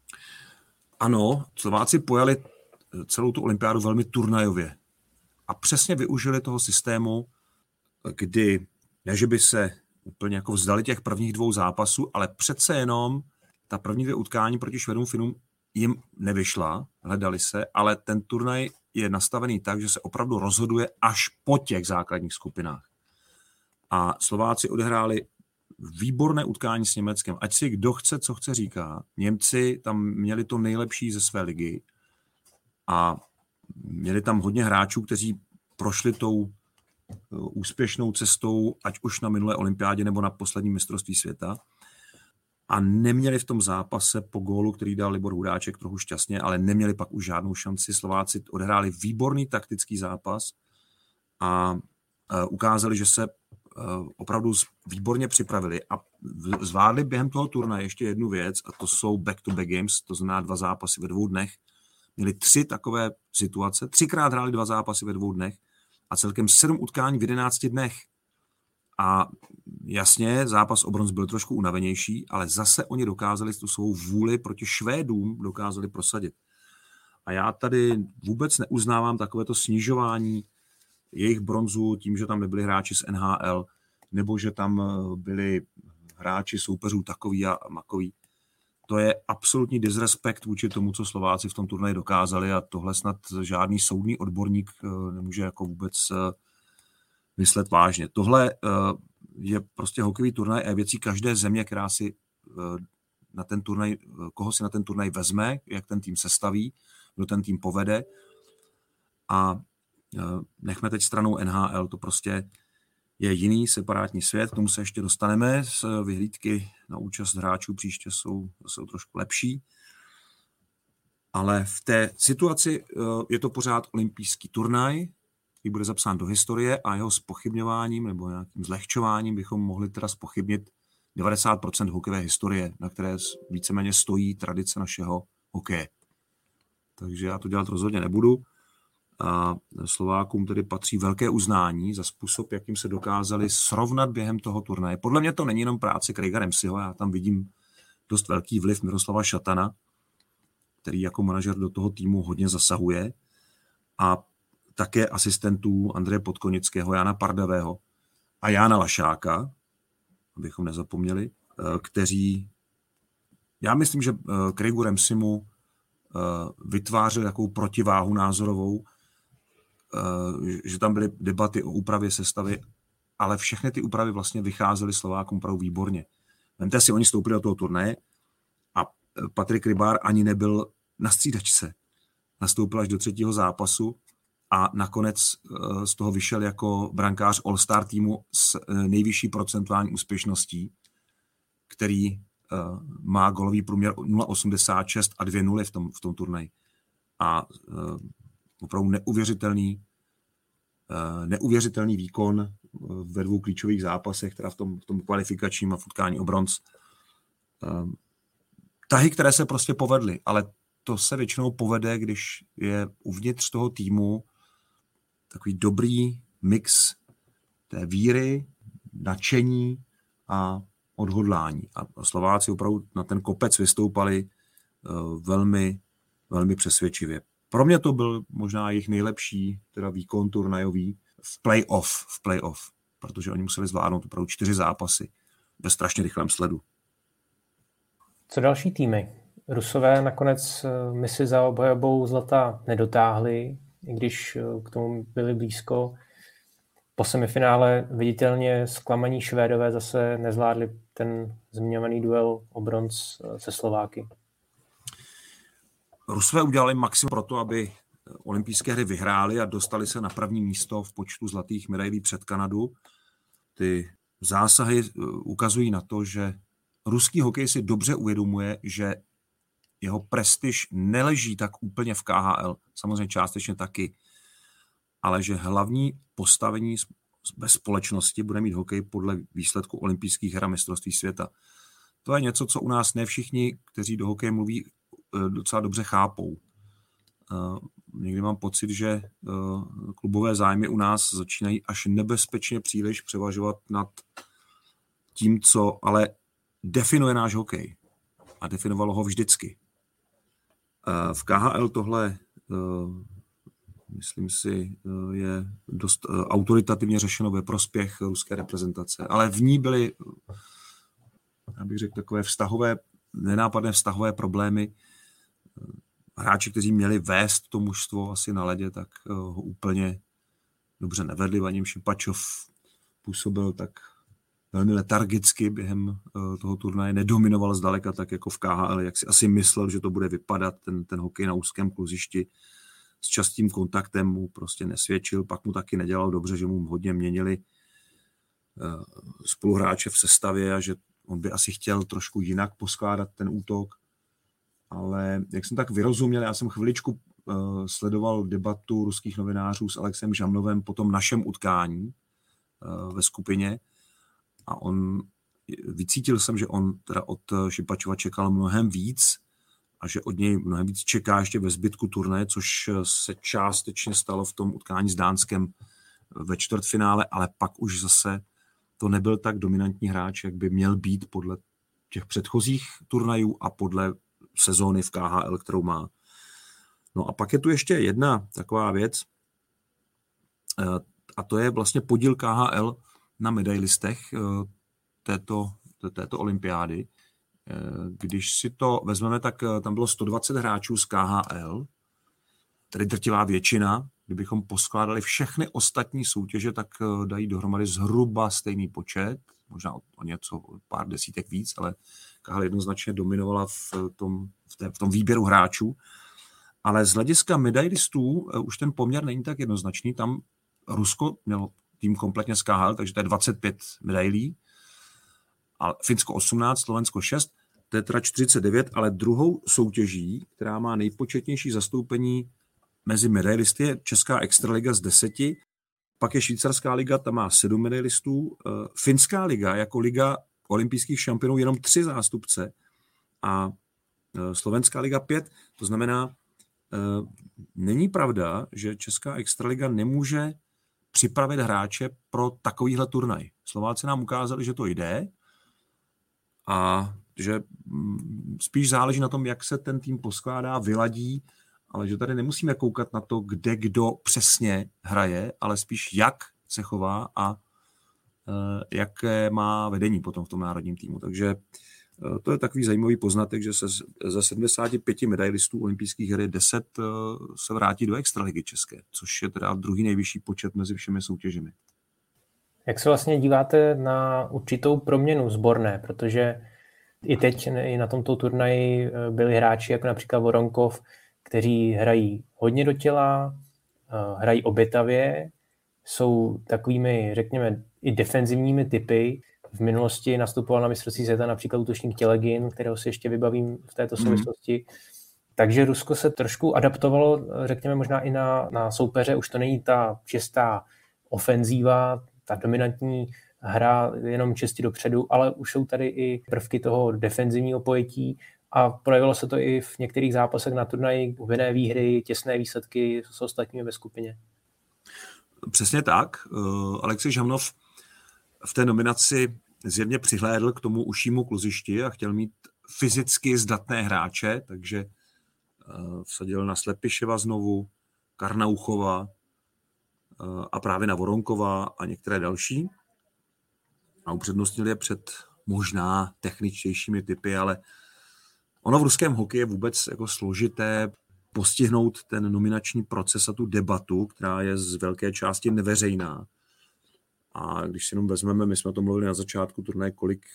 Ano, Slováci pojali celou tu olympiádu velmi turnajově a přesně využili toho systému, kdy ne, že by se úplně jako vzdali těch prvních 2 zápasů, ale přece jenom ta první 2 utkání proti Švédům, Finům jim nevyšla, hledali se, ale ten turnaj je nastavený tak, že se opravdu rozhoduje až po těch základních skupinách. A Slováci odehráli výborné utkání s Německem. Ať si kdo chce, co chce říká. Němci tam měli to nejlepší ze své ligy a měli tam hodně hráčů, kteří prošli tou úspěšnou cestou, ať už na minulé olympiádě nebo na posledním mistrovství světa. A neměli v tom zápase po gólu, který dal Libor Hudáček trochu šťastně, ale neměli pak už žádnou šanci. Slováci odehráli výborný taktický zápas a ukázali, že se opravdu výborně připravili a zvládli během toho turnaje ještě jednu věc, a to jsou back-to-back games, to znamená 2 zápasy ve 2 dnech. Měli 3 takové situace, 3krát hráli 2 zápasy ve 2 dnech a celkem 7 utkání v 11 dnech. A jasně, zápas o bronz byl trošku unavenější, ale zase oni dokázali tu svou vůli proti Švédům dokázali prosadit. A já tady vůbec neuznávám takovéto snižování jejich bronzu tím, že tam nebyli hráči z NHL, nebo že tam byli hráči soupeřů takový a makový. To je absolutní disrespekt vůči tomu, co Slováci v tom turnaji dokázali, a tohle snad žádný soudný odborník nemůže jako vůbec myslet vážně. Tohle je prostě hokejový turnaj a je věcí každé země, která si na ten turnaj, koho si na ten turnaj vezme, jak ten tým sestaví, kdo ten tým povede. A nechme teď stranou NHL, to prostě je jiný separátní svět, k tomu se ještě dostaneme. Vyhlídky na účast hráčů příště jsou trošku lepší. Ale v té situaci je to pořád olympijský turnaj, který bude zapsán do historie, a jeho zpochybňováním nebo nějakým zlehčováním bychom mohli teda zpochybnit 90% hokejové historie, na které víceméně stojí tradice našeho hokeje. Takže já to dělat rozhodně nebudu. A Slovákům tedy patří velké uznání za způsob, jakým se dokázali srovnat během toho turnaje. Podle mě to není jenom práce Craiga Ramseyho, já tam vidím dost velký vliv Miroslava Šatana, který jako manažer do toho týmu hodně zasahuje, a také asistentů Andreje Podkonického, Jana Pardavého a Jána Lašáka, abychom nezapomněli, kteří, já myslím, že Craigu Ramseymu vytvářel jakou protiváhu názorovou, že tam byly debaty o úpravě sestavy, ale všechny ty úpravy vlastně vycházely Slovákům opravdu výborně. Vemte si, oni stoupili do toho turnaje a Patrik Rybár ani nebyl na střídačce. Nastoupil až do 3. zápasu a nakonec z toho vyšel jako brankář All-Star týmu s nejvyšší procentuální úspěšností, který má golový průměr 0,86 a 2-0 v tom turnaji. A opravdu neuvěřitelný výkon ve 2 klíčových zápasech, teda v tom kvalifikačním a v utkání o bronz. Tahy, které se prostě povedly, ale to se většinou povede, když je uvnitř toho týmu takový dobrý mix té víry, nadšení a odhodlání. A Slováci opravdu na ten kopec vystoupali velmi, velmi přesvědčivě. Pro mě to byl možná jejich nejlepší teda výkon turnajový v playoff, protože oni museli zvládnout opravdu 4 zápasy ve strašně rychlém sledu. Co další týmy? Rusové nakonec misi za obhajobou zlata nedotáhli, i když k tomu byli blízko. Po semifinále viditelně zklamaní Švédové zase nezvládli ten zmiňovaný duel o bronz se Slováky. Rusové udělali maximum pro to, aby olympijské hry vyhráli a dostali se na první místo v počtu zlatých medailí před Kanadu. Ty zásahy ukazují na to, že ruský hokej si dobře uvědomuje, že jeho prestiž neleží tak úplně v KHL, samozřejmě částečně taky, ale že hlavní postavení ve společnosti bude mít hokej podle výsledku olympijských her a mistrovství světa. To je něco, co u nás ne všichni, kteří do hokeje mluví, docela dobře chápou. Někdy mám pocit, že klubové zájmy u nás začínají až nebezpečně příliš převažovat nad tím, co ale definuje náš hokej. A definovalo ho vždycky. V KHL tohle, myslím si, je dost autoritativně řešeno ve prospěch ruské reprezentace. Ale v ní byly, já bych řekl, takové nenápadné vztahové problémy. Hráči, kteří měli vést to mužstvo asi na ledě, tak ho úplně dobře nevedli. Vadim Šipačov působil tak velmi letargicky během toho turnaje, nedominoval zdaleka tak jako v KHL, jak si asi myslel, že to bude vypadat, ten hokej na úzkém kluzišti s častým kontaktem mu prostě nesvědčil, pak mu taky nedělal dobře, že mu hodně měnili spoluhráče v sestavě a že on by asi chtěl trošku jinak poskládat ten útok, ale jak jsem tak vyrozuměl, já jsem chviličku sledoval debatu ruských novinářů s Alexem Žamnovem po tom našem utkání ve skupině a vycítil jsem, že on teda od Šipačova čekal mnohem víc a že od něj mnohem víc čeká ještě ve zbytku turnaje, což se částečně stalo v tom utkání s Dánskem ve čtvrtfinále, ale pak už zase to nebyl tak dominantní hráč, jak by měl být podle těch předchozích turnajů a podle sezóny v KHL, kterou má. No a pak je tu ještě jedna taková věc a to je vlastně podíl KHL na medailistech této olympiády. Když si to vezmeme, tak tam bylo 120 hráčů z KHL, tedy drtivá většina. Kdybychom poskládali všechny ostatní soutěže, tak dají dohromady zhruba stejný počet, možná o něco, pár desítek víc, ale KHL jednoznačně dominovala v tom výběru hráčů. Ale z hlediska medailistů už ten poměr není tak jednoznačný. Tam Rusko mělo tým kompletně z KHL, takže to je 25 medailí, a Finsko 18, Slovensko 6, to je teda 49, ale druhou soutěží, která má nejpočetnější zastoupení mezi medailisty, je Česká extraliga z 10, pak je Švýcarská liga, ta má 7 medailistů, Finská liga jako liga olympijských šampionů jenom 3 zástupce a Slovenská liga 5, to znamená, není pravda, že Česká extraliga nemůže připravit hráče pro takovýhle turnaj. Slováci nám ukázali, že to jde a že spíš záleží na tom, jak se ten tým poskládá, vyladí, ale že tady nemusíme koukat na to, kde kdo přesně hraje, ale spíš jak se chová a jaké má vedení potom v tom národním týmu. Takže to je takový zajímavý poznatek, že ze 75 medailistů olympijských her 10 se vrátí do extraligy české, což je teda druhý nejvyšší počet mezi všemi soutěžemi. Jak se vlastně díváte na určitou proměnu sborné, protože i teď i na tomto turnaji byli hráči jako například Voronkov, kteří hrají hodně do těla, hrají obětavě, jsou takovými, řekněme, i defenzivními typy. V minulosti nastupoval na mistrovství světa například útočník Tělegin, kterého si ještě vybavím v této souvislosti. Takže Rusko se trošku adaptovalo, řekněme, možná i na soupeře. Už to není ta čistá ofenzíva, ta dominantní hra jenom čistě dopředu, ale už jsou tady i prvky toho defenzivního pojetí a projevilo se to i v některých zápasech na turnaji, vinné výhry, těsné výsledky s ostatními ve skupině. Přesně tak. Alexej Žamnov v té nominaci zjevně přihlédl k tomu užšímu kluzišti a chtěl mít fyzicky zdatné hráče, takže vsadil na Slepiševa znovu, Karnauchova a právě na Voronkova a některé další. A upřednostnil je před možná techničtějšími typy, ale ono v ruském hokeji je vůbec jako složité postihnout ten nominační proces a tu debatu, která je z velké části neveřejná. A když si jenom vezmeme, my jsme o tom mluvili na začátku turnaje, kolik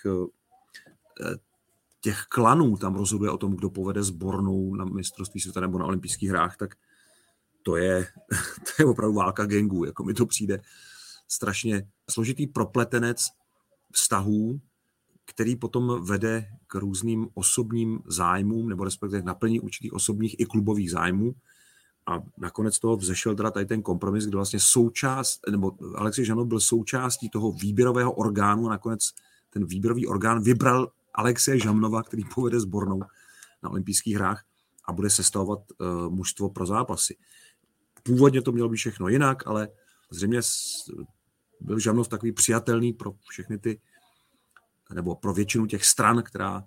těch klanů tam rozhoduje o tom, kdo povede sbornou na mistrovství světa nebo na olympijských hrách, tak to je opravdu válka gangů. Jako mi to přijde strašně složitý propletenec vztahů, který potom vede k různým osobním zájmům, nebo respektive k naplnění určitých osobních i klubových zájmů. A nakonec toho vzešel teda tady ten kompromis, kde vlastně Alexej Žanov byl součástí toho výběrového orgánu a nakonec ten výběrový orgán vybral Alexeje Žamnova, který povede sbornou na olympijských hrách a bude sestavovat mužstvo pro zápasy. Původně to mělo být všechno jinak, ale zřejmě byl Žamnov takový přijatelný pro všechny ty, nebo pro většinu těch stran,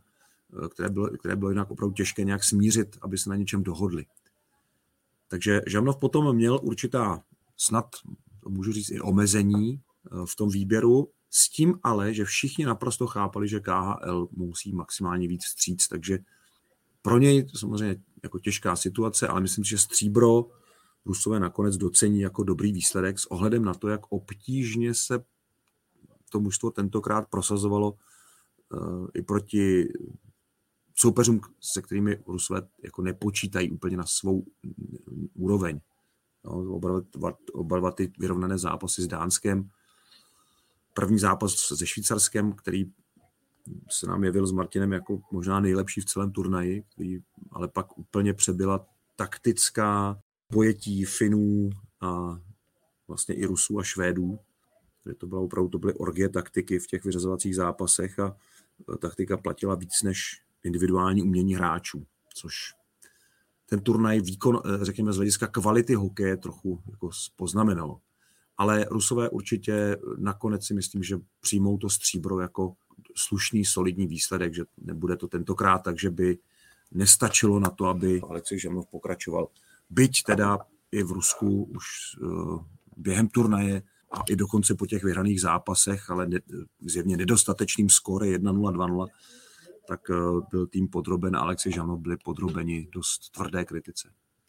které bylo jinak opravdu těžké nějak smířit, aby se na něčem dohodli. Takže Žamnov potom měl určitá, snad můžu říct, i omezení v tom výběru, s tím ale, že všichni naprosto chápali, že KHL musí maximálně víc vstříc, takže pro něj to samozřejmě jako těžká situace, ale myslím si, že stříbro Rusové nakonec docení jako dobrý výsledek s ohledem na to, jak obtížně se to mužstvo tentokrát prosazovalo i proti soupeřům, se kterými Rusové jako nepočítají úplně na svou úroveň. No, oba dva ty vyrovnané zápasy s Dánskem. První zápas se Švýcarskem, který se nám jevil s Martinem jako možná nejlepší v celém turnaji, který ale pak úplně přebyla taktická pojetí Finů a vlastně i Rusů a Švédů. To byly orgie taktiky v těch vyřazovacích zápasech a taktika platila víc než individuální umění hráčů, což ten turnaj řekněme z hlediska kvality hokeje trochu jako poznamenalo. Ale Rusové určitě nakonec si myslím, že přijmou to stříbro jako slušný, solidní výsledek, že nebude to tentokrát tak, že by nestačilo na to, aby Alexej Žamnov pokračoval. Byť teda i v Rusku už během turnaje a i dokonce po těch vyhraných zápasech, ale zjevně nedostatečným skóre 1-0, 2-0, tak byl tým podroben, Alexej Žamnov byli podrobeni dost tvrdé kritice.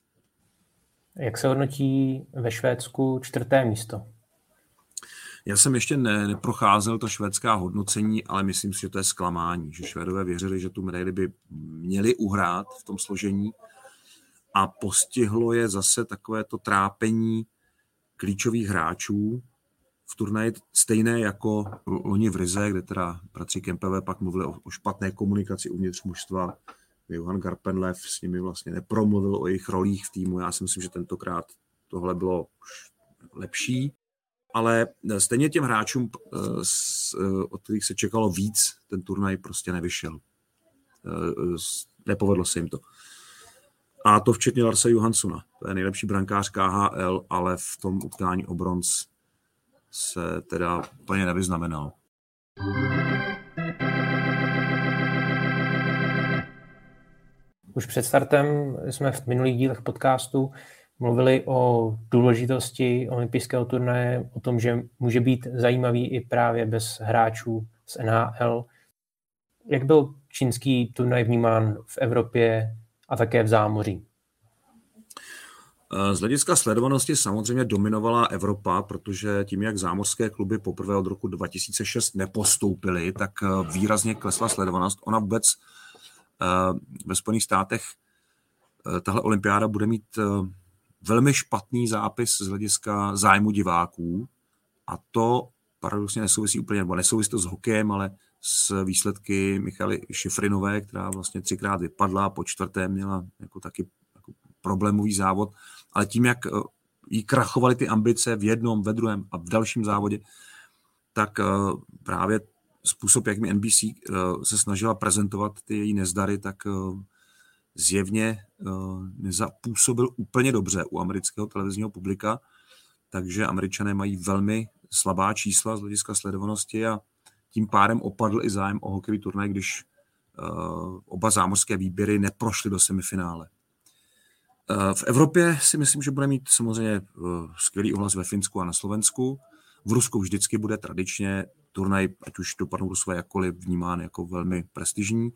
Jak se hodnotí ve Švédsku 4. místo? Já jsem ještě neprocházel to švédská hodnocení, ale myslím si, že to je zklamání, že Švédové věřili, že tu medaili by měli uhrát v tom složení a postihlo je zase takové to trápení klíčových hráčů v turnaji stejné jako oni v Rize, kde teda bratři Kempové pak mluvili o špatné komunikaci uvnitř mužstva. Johan Garpenlev s nimi vlastně nepromluvil o jejich rolích v týmu. Já si myslím, že tentokrát tohle bylo lepší. Ale stejně těm hráčům, od kterých se čekalo víc, ten turnaj prostě nevyšel. Nepovedlo se jim to. A to včetně Larsa Johanssona. To je nejlepší brankář KHL, ale v tom utkání o bronz se teda úplně nevyznamenal. Už před startem jsme v minulých dílech podcastu mluvili o důležitosti olympijského turnaje, o tom, že může být zajímavý i právě bez hráčů z NHL. Jak byl čínský turnaj vnímán v Evropě a také v zámoří? Z hlediska sledovanosti samozřejmě dominovala Evropa, protože tím, jak zámořské kluby poprvé od roku 2006 nepostoupily, tak výrazně klesla sledovanost. Ona vůbec ve Spojených státech tahle olympiáda bude mít velmi špatný zápis z hlediska zájmu diváků a to paradoxně nesouvisí úplně, nebo nesouvisí to s hokejem, ale s výsledky Michaly Šifrinové, která vlastně 3krát vypadla a po 4. měla jako taky jako problémový závod, ale tím, jak jí krachovaly ty ambice v jednom, ve druhém a v dalším závodě, tak právě způsob, jak mi NBC se snažila prezentovat ty její nezdary, tak zjevně nezapůsobil úplně dobře u amerického televizního publika, takže Američané mají velmi slabá čísla z hlediska sledovanosti a tím pádem opadl i zájem o hokejový turnaj, když oba zámořské výběry neprošly do semifinále. V Evropě si myslím, že bude mít samozřejmě skvělý ohlas ve Finsku a na Slovensku. V Rusku vždycky bude tradičně turnaj, ať už dopadnou Rusové jakkoliv, vnímán jako velmi prestižní.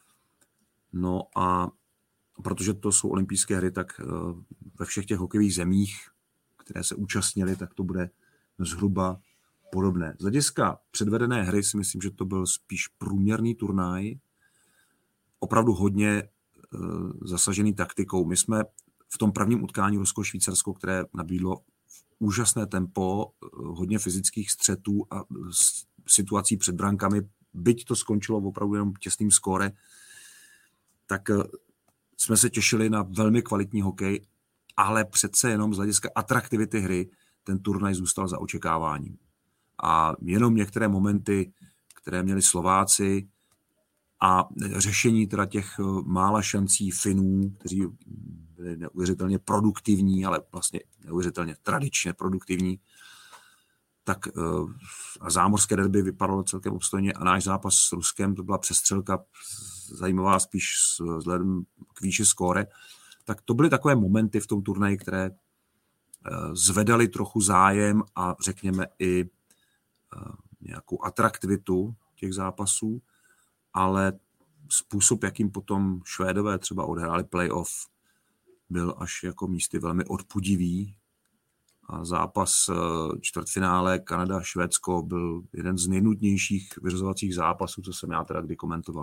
No a protože to jsou olympijské hry, tak ve všech těch hokejových zemích, které se účastnily, tak to bude zhruba podobné. Z hlediska předvedené hry si myslím, že to byl spíš průměrný turnaj, opravdu hodně zasažený taktikou. My jsme v tom prvním utkání Rusko-Švýcarsko, které nabídlo úžasné tempo, hodně fyzických střetů a situací před brankami, byť to skončilo opravdu jenom těsným skóre, tak jsme se těšili na velmi kvalitní hokej, ale přece jenom z hlediska atraktivity hry ten turnaj zůstal za očekáváním. A jenom některé momenty, které měli Slováci a řešení teda těch mála šancí Finů, kteří byli neuvěřitelně produktivní, ale vlastně neuvěřitelně tradičně produktivní, tak a zámořské derby vypadalo celkem obstojně a náš zápas s Ruskem, to byla přestřelka zajímavá spíš vzhledem k výši skóre, tak to byly takové momenty v tom turnaji, které zvedaly trochu zájem a řekněme i nějakou atraktivitu těch zápasů, ale způsob, jakým potom Švédové třeba odehráli playoff, byl až jako místy velmi odpudivý. A zápas čtvrtfinále Kanada-Švédsko byl jeden z nejnudnějších vyřazovacích zápasů, co jsem já teda kdy komentoval.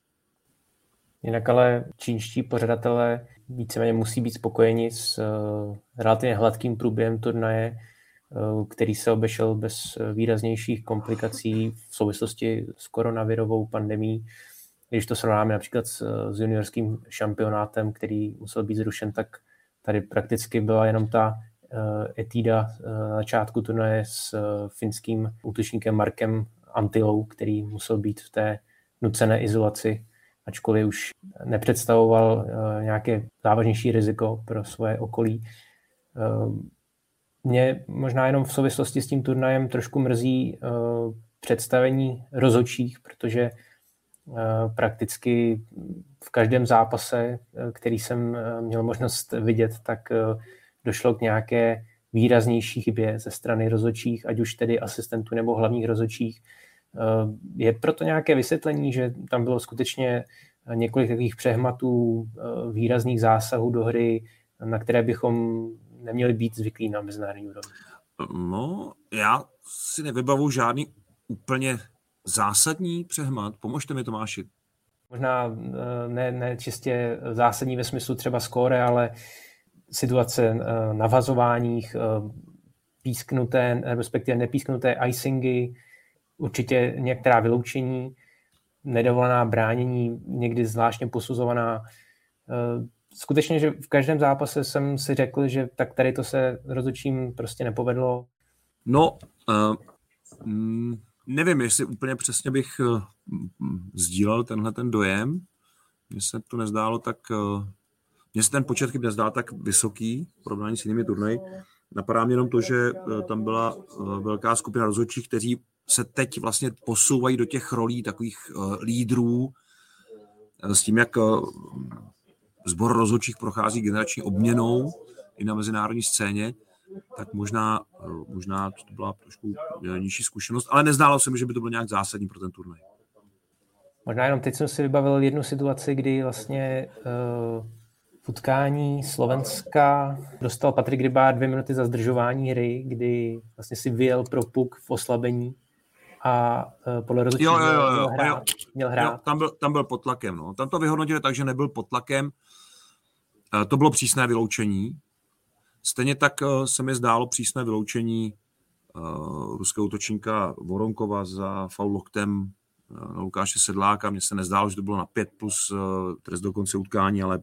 Jinak ale čínští pořadatelé víceméně musí být spokojeni s relativně hladkým průběhem turnaje, který se obešel bez výraznějších komplikací v souvislosti s koronavirovou pandemií. Když to srovnáme například s juniorským šampionátem, který musel být zrušen, tak tady prakticky byla jenom ta etída na začátku turnaje s finským útočníkem Markem Antilou, který musel být v té nucené izolaci, ačkoliv už nepředstavoval nějaké závažnější riziko pro svoje okolí. Mě možná jenom v souvislosti s tím turnajem trošku mrzí představení rozhodčích, protože prakticky v každém zápase, který jsem měl možnost vidět, tak došlo k nějaké výraznější chybě ze strany rozhodčích, ať už tedy asistentů nebo hlavních rozhodčích. Je proto nějaké vysvětlení, že tam bylo skutečně několik takových přehmatů, výrazných zásahů do hry, na které bychom neměli být zvyklí na mezinárodní úrovni? No, já si nevybavu žádný úplně zásadní přehmat. Pomožte mi, Tomáši. Možná ne čistě zásadní ve smyslu třeba skóre, ale situace na vazováních, písknuté, respektive nepísknuté icingy, určitě některá vyloučení, nedovolená bránění, někdy zvláštně posuzovaná. Skutečně, že v každém zápase jsem si řekl, že tak tady to se rozhodčím prostě nepovedlo. No, nevím, jestli úplně přesně bych sdílel tenhle ten dojem. Mně se to nezdálo tak... Mně se ten počet chyb nezdál tak vysoký v porovnání s jinými turnaji. Napadá mě jenom to, že tam byla velká skupina rozhodčích, kteří se teď vlastně posouvají do těch rolí takových lídrů s tím, jak sbor rozhodčích prochází generační obměnou i na mezinárodní scéně, tak možná to byla trošku nižší zkušenost, ale nezdálo se mi, že by to bylo nějak zásadní pro ten turnaj. Možná jenom teď jsem si vybavil jednu situaci, kdy vlastně v utkání Slovenska dostal Patrik Rybár 2 minuty za zdržování hry, kdy vlastně si vyjel pro puk v oslabení a podle rozhodčího měl hrát. Jo, tam byl pod tlakem. No. Tam to vyhodnotili tak, že nebyl pod tlakem. To bylo přísné vyloučení. Stejně tak se mi zdálo přísné vyloučení ruského útočníka Voronkova za faul loktem na Lukáše Sedláka. Mně se nezdálo, že to bylo na 5 plus trest do konce utkání, ale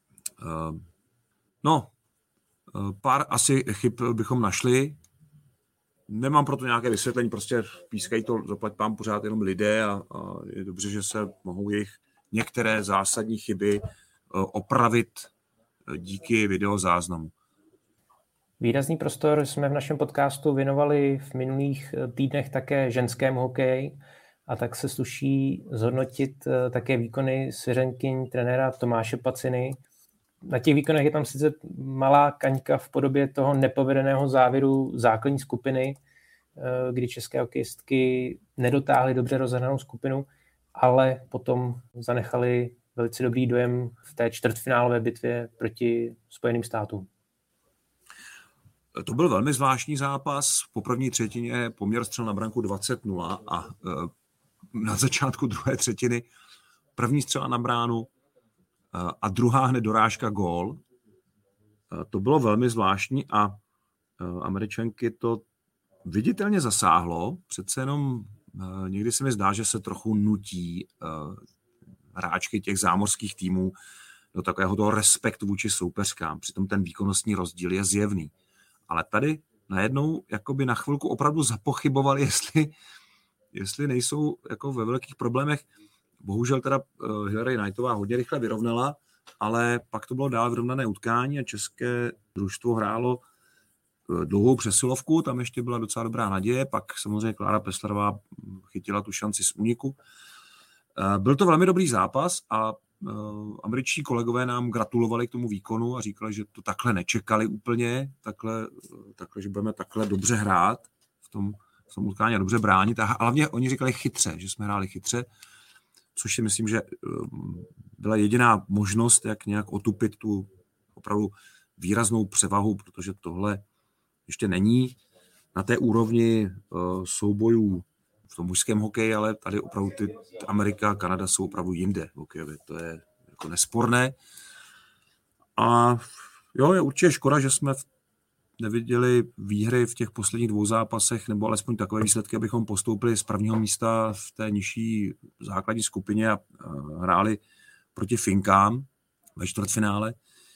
pár asi chyb bychom našli. Nemám proto nějaké vysvětlení, prostě pískají to, zaplať pán pořád jenom lidé a je dobře, že se mohou jejich některé zásadní chyby opravit díky videozáznamu. Výrazný prostor jsme v našem podcastu věnovali v minulých týdnech také ženskému hokeji a tak se sluší zhodnotit také výkony svěřenkyň trenéra Tomáše Paciny. Na těch výkonech je tam sice malá kaňka v podobě toho nepovedeného závěru základní skupiny, kdy české hokejistky nedotáhly dobře rozehranou skupinu, ale potom zanechali velice dobrý dojem v té čtvrtfinálové bitvě proti Spojeným státům. To byl velmi zvláštní zápas. Po první třetině poměr střel na branku 20-0 a na začátku druhé třetiny první střela na bránu a druhá hned dorážka gól. To bylo velmi zvláštní a Američanky to viditelně zasáhlo. Přece jenom někdy se mi zdá, že se trochu nutí hráčky těch zámořských týmů do takového toho respektu vůči soupeřkám. Přitom ten výkonnostní rozdíl je zjevný. Ale tady najednou jakoby na chvilku opravdu zapochybovali, jestli nejsou jako ve velkých problémech. Bohužel teda Hillary Knightová hodně rychle vyrovnala, ale pak to bylo dál vyrovnané utkání a české družstvo hrálo dlouhou přesilovku, tam ještě byla docela dobrá naděje, pak samozřejmě Klára Pesslerová chytila tu šanci z úniku. Byl to velmi dobrý zápas a američtí kolegové nám gratulovali k tomu výkonu a říkali, že to takhle nečekali úplně, takhle že budeme takhle dobře hrát v tom utkání a dobře bránit. A hlavně oni říkali chytře, že jsme hráli chytře, což si myslím, že byla jediná možnost, jak nějak otupit tu opravdu výraznou převahu, protože tohle ještě není na té úrovni soubojů v tom mužském hokeji, ale tady opravdu ty Amerika a Kanada jsou opravdu jinde hokejově. To je jako nesporné. A jo, je určitě škoda, že jsme neviděli výhry v těch posledních 2 zápasech, nebo alespoň takové výsledky, abychom postoupili z prvního místa v té nižší základní skupině a hráli proti Finkám ve čtvrtfinále,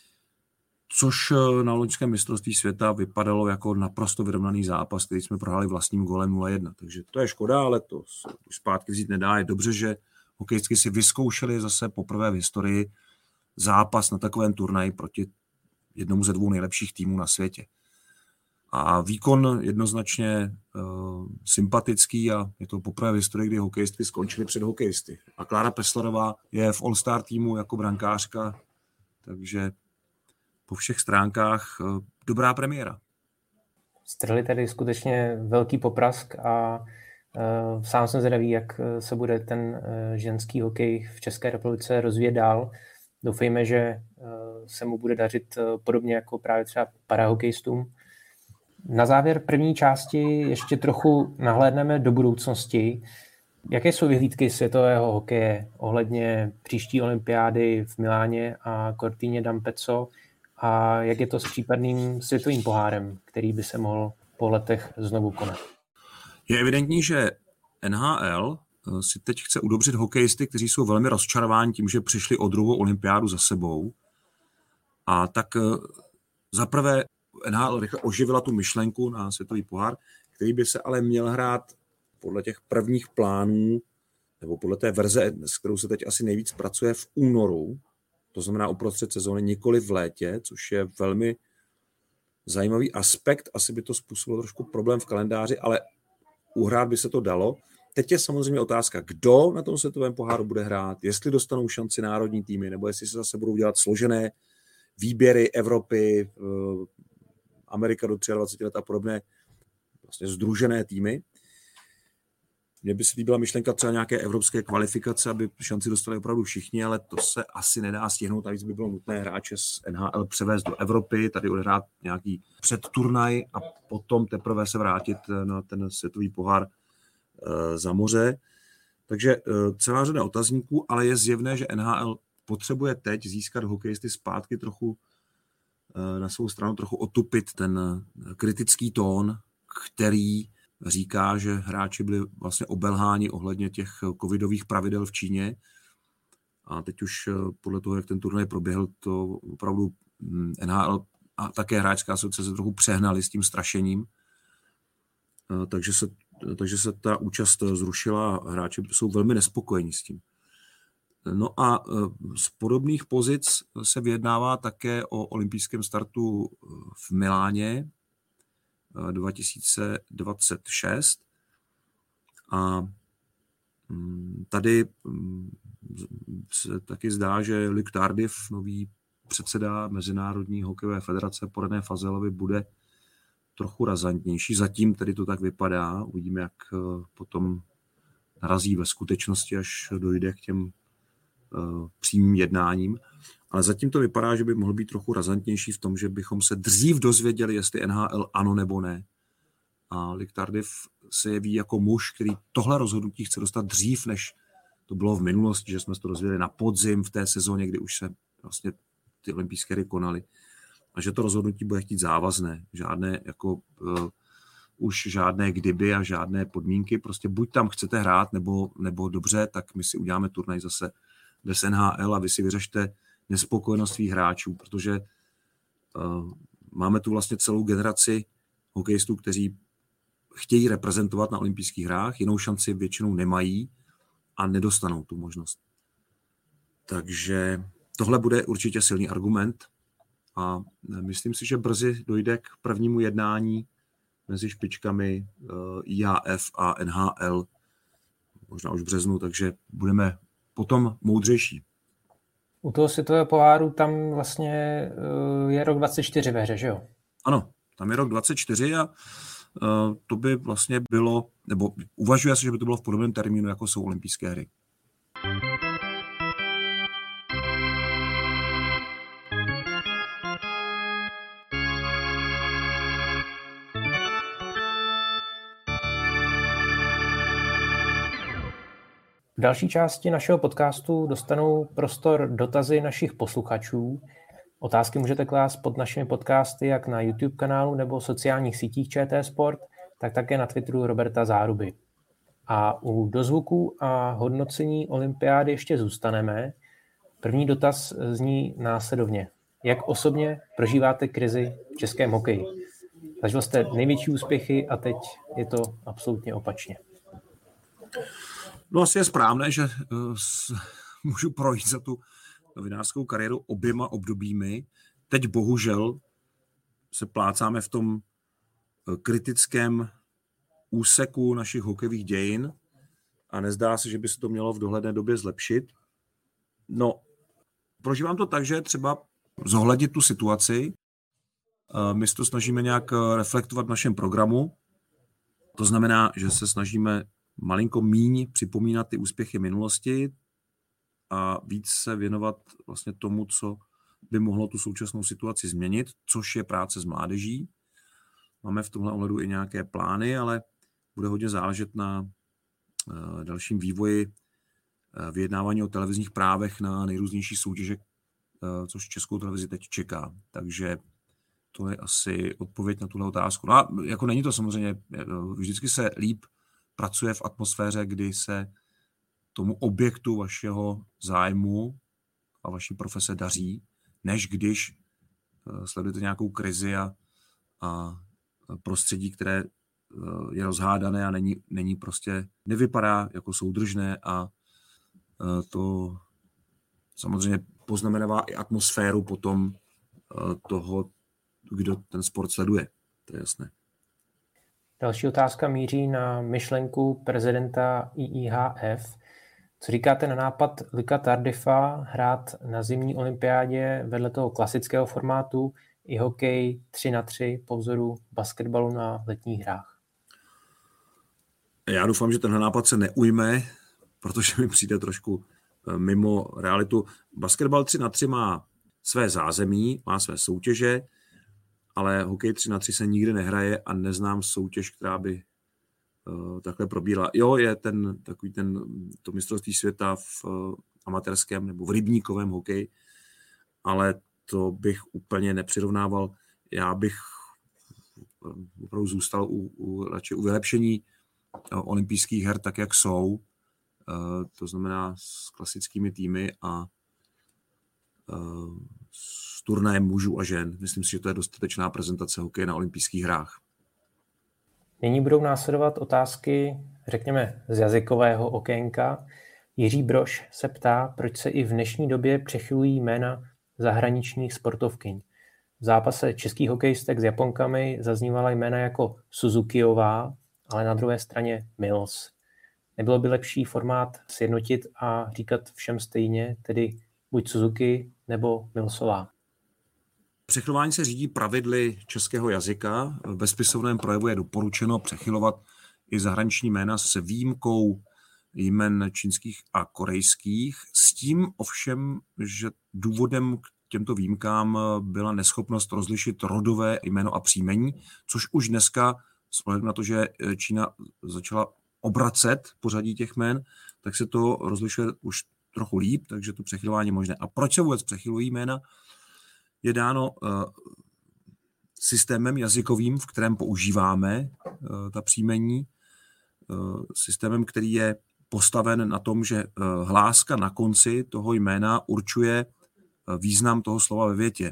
což na loňském mistrovství světa vypadalo jako naprosto vyrovnaný zápas, který jsme prohráli vlastním gólem 0-1. Takže to je škoda, ale to se už zpátky vzít nedá. Je dobře, že hokejistky si vyzkoušeli zase poprvé v historii zápas na takovém turnaji proti jednomu ze 2 nejlepších týmů na světě. A výkon jednoznačně sympatický a je to poprvé v historii, kdy hokejistky skončily před hokejisty. A Klára Pesslerová je v All-Star týmu jako brankářka, takže po všech stránkách dobrá premiéra. Strhli tady skutečně velký poprask a sám jsem zvědavý, jak se bude ten ženský hokej v České republice rozvíjet dál. Doufejme, že se mu bude dařit podobně jako právě třeba parahokejistům. Na závěr první části ještě trochu nahlédneme do budoucnosti. Jaké jsou vyhlídky světového hokeje ohledně příští olympiády v Miláně a Cortině d'Ampezzo a jak je to s případným světovým pohárem, který by se mohl po letech znovu konat? Je evidentní, že NHL si teď chce udobřit hokejisty, kteří jsou velmi rozčarováni tím, že přišli o 2. olympiádu za sebou. A tak zaprvé NHL rychle oživila tu myšlenku na světový pohár, který by se ale měl hrát podle těch prvních plánů, nebo podle té verze, s kterou se teď asi nejvíc pracuje, v únoru, to znamená uprostřed sezóny, nikoli v létě, což je velmi zajímavý aspekt. Asi by to způsobilo trošku problém v kalendáři, ale uhrát by se to dalo. Teď je samozřejmě otázka, kdo na tom světovém poháru bude hrát, jestli dostanou šanci národní týmy, nebo jestli se zase budou dělat složené výběry Evropy, Amerika do 23 let a podobné vlastně sdružené týmy. Mně by se líbila myšlenka třeba nějaké evropské kvalifikace, aby šanci dostali opravdu všichni, ale to se asi nedá stihnout. Navíc by bylo nutné hráče z NHL převést do Evropy, tady odehrát nějaký předturnaj a potom teprve se vrátit na ten světový pohár za moře. Takže celá řada otazníků, ale je zjevné, že NHL potřebuje teď získat hokejisty zpátky trochu na svou stranu, trochu otupit ten kritický tón, který říká, že hráči byli vlastně obelháni ohledně těch covidových pravidel v Číně. A teď už podle toho, jak ten turnaj proběhl, to opravdu NHL a také hráčská asociace trochu přehnali s tím strašením. Takže se ta účast zrušila a hráči jsou velmi nespokojení s tím. No a z podobných pozic se vyjednává také o olympijském startu v Miláně 2026 a Tady se taky zdá, že Luc Tardif, nový předseda Mezinárodní hokejové federace po René Fazelovi, bude trochu razantnější. Zatím tedy to tak vypadá. Uvidíme, jak potom narazí ve skutečnosti, až dojde k těm přímým jednáním. Ale zatím to vypadá, že by mohl být trochu razantnější v tom, že bychom se dřív dozvěděli, jestli NHL ano nebo ne. A Luc Tardif se jeví jako muž, který tohle rozhodnutí chce dostat dřív, než to bylo v minulosti, že jsme se to dozvěděli na podzim v té sezóně, kdy už se vlastně ty olympijské hry konaly. A že to rozhodnutí bude chtít závazné. Žádné už žádné kdyby a žádné podmínky. Prostě buď tam chcete hrát, nebo dobře, tak my si uděláme turnaj zase bez NHL a vy si vyřešte nespokojenost svých hráčů, protože máme tu vlastně celou generaci hokejistů, kteří chtějí reprezentovat na olympijských hrách, jinou šanci většinou nemají a nedostanou tu možnost. Takže tohle bude určitě silný argument a myslím si, že brzy dojde k prvnímu jednání mezi špičkami IHF a NHL, možná už v březnu, takže budeme potom moudřejší. U toho světového poháru tam vlastně je rok 24 ve hře, že jo? Ano, tam je rok 24 a to by vlastně bylo, nebo uvažuje se, že by to bylo v podobném termínu, jako jsou olympijské hry. V další části našeho podcastu dostanou prostor dotazy našich posluchačů. Otázky můžete klást pod našimi podcasty jak na YouTube kanálu nebo sociálních sítích ČT Sport, tak také na Twitteru Roberta Záruby. A u dozvuku a hodnocení olympiády ještě zůstaneme. První dotaz zní následovně. Jak osobně prožíváte krizi v českém hokeji? Zažil jste největší úspěchy a teď je to absolutně opačně. No asi je správné, že můžu projít za tu novinářskou kariéru oběma obdobími. Teď bohužel se plácáme v tom kritickém úseku našich hokejových dějin a nezdá se, že by se to mělo v dohledné době zlepšit. No, prožívám to tak, že třeba zohlednit tu situaci. My se to snažíme nějak reflektovat v našem programu. To znamená, že se snažíme malinko míň připomínat ty úspěchy minulosti a víc se věnovat vlastně tomu, co by mohlo tu současnou situaci změnit, což je práce s mládeží. Máme v tomhle ohledu i nějaké plány, ale bude hodně záležet na dalším vývoji vyjednávání o televizních právech na nejrůznější soutěže, což Českou televizi teď čeká. Takže to je asi odpověď na tuhle otázku. No a jako není to samozřejmě, vždycky se líp pracuje v atmosféře, kdy se tomu objektu vašeho zájmu a vaší profese daří, než když sledujete nějakou krizi a prostředí, které je rozhádané a není prostě, nevypadá jako soudržné a to samozřejmě poznamenává i atmosféru potom toho, kdo ten sport sleduje. To je jasné. Další otázka míří na myšlenku prezidenta IIHF. Co říkáte na nápad Luca Tardifa hrát na zimní olympiádě vedle toho klasického formátu i hokej 3x3 po vzoru basketbalu na letních hrách? Já doufám, že tenhle nápad se neujme, protože mi přijde trošku mimo realitu. Basketbal 3x3 má své zázemí, má své soutěže, ale hokej 3x3 se nikdy nehraje a neznám soutěž, která by takhle probíhala. Jo, je to mistrovství světa v amatérském nebo v rybníkovém hokeji, ale to bych úplně nepřirovnával. Já bych opravdu zůstal radši u vylepšení olympijských her tak, jak jsou. To znamená s klasickými týmy a s turnajem mužů a žen. Myslím si, že to je dostatečná prezentace hokeje na olympijských hrách. Nyní budou následovat otázky, řekněme, z jazykového okénka. Jiří Brož se ptá, proč se i v dnešní době přechylují jména zahraničních sportovkyň. V zápase českých hokejistek s Japonkami zaznívala jména jako Suzukiová, ale na druhé straně Mills. Nebylo by lepší formát sjednotit a říkat všem stejně, tedy buď Suzuki nebo Millsová? Přechylování se řídí pravidly českého jazyka. V bezpisovném projevu je doporučeno přechylovat i zahraniční jména se výjimkou jmen čínských a korejských. S tím ovšem, že důvodem k těmto výjimkám byla neschopnost rozlišit rodové jméno a příjmení, což už dneska, vzhledem na to, že Čína začala obracet pořadí těch jmen, tak se to rozlišuje už trochu líp, takže to přechylování je možné. A proč se vůbec přechylují jména? Je dáno systémem jazykovým, v kterém používáme ta příjmení, systémem, který je postaven na tom, že hláska na konci toho jména určuje význam toho slova ve větě.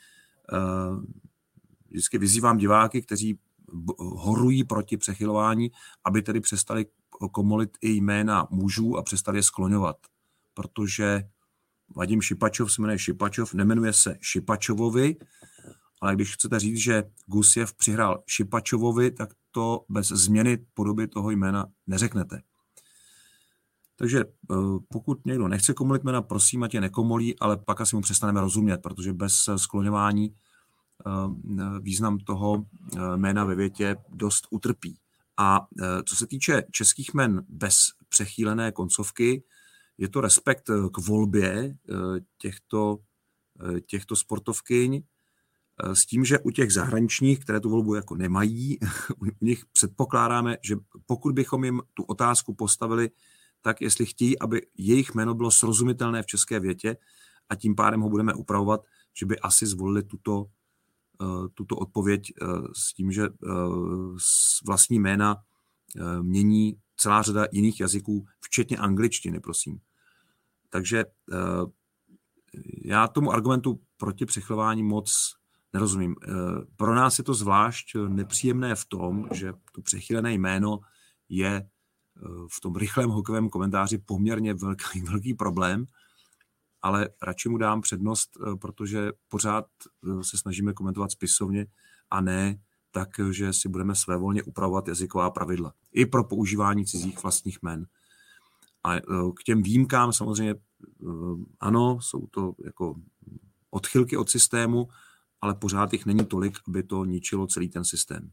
Vždycky vyzývám diváky, kteří horují proti přechylování, aby tedy přestali komolit i jména mužů a přestali je skloňovat, protože Vadim Šipačov se jmenuje Šipačov, nemenuje se Šipačovovi, ale když chcete říct, že Gusjev přihrál Šipačovovi, tak to bez změny podoby toho jména neřeknete. Takže pokud někdo nechce komolit jména, prosím, ať je nekomolí, ale pak asi mu přestaneme rozumět, protože bez skloňování význam toho jména ve větě dost utrpí. A co se týče českých jmen bez přechýlené koncovky, je to respekt k volbě těchto sportovkyň s tím, že u těch zahraničních, které tu volbu jako nemají, u nich předpokládáme, že pokud bychom jim tu otázku postavili, tak jestli chtějí, aby jejich jméno bylo srozumitelné v české větě a tím pádem ho budeme upravovat, že by asi zvolili tuto odpověď s tím, že vlastní jména mění celá řada jiných jazyků, včetně angličtiny, prosím. Takže já tomu argumentu proti přechylování moc nerozumím. Pro nás je to zvlášť nepříjemné v tom, že to přechylené jméno je v tom rychlém hokejovém komentáři poměrně velký problém, ale radši mu dám přednost, protože pořád se snažíme komentovat spisovně a ne tak, že si budeme svévolně upravovat jazyková pravidla. I pro používání cizích vlastních jmen. A k těm výjimkám samozřejmě ano, jsou to jako odchylky od systému, ale pořád jich není tolik, aby to ničilo celý ten systém.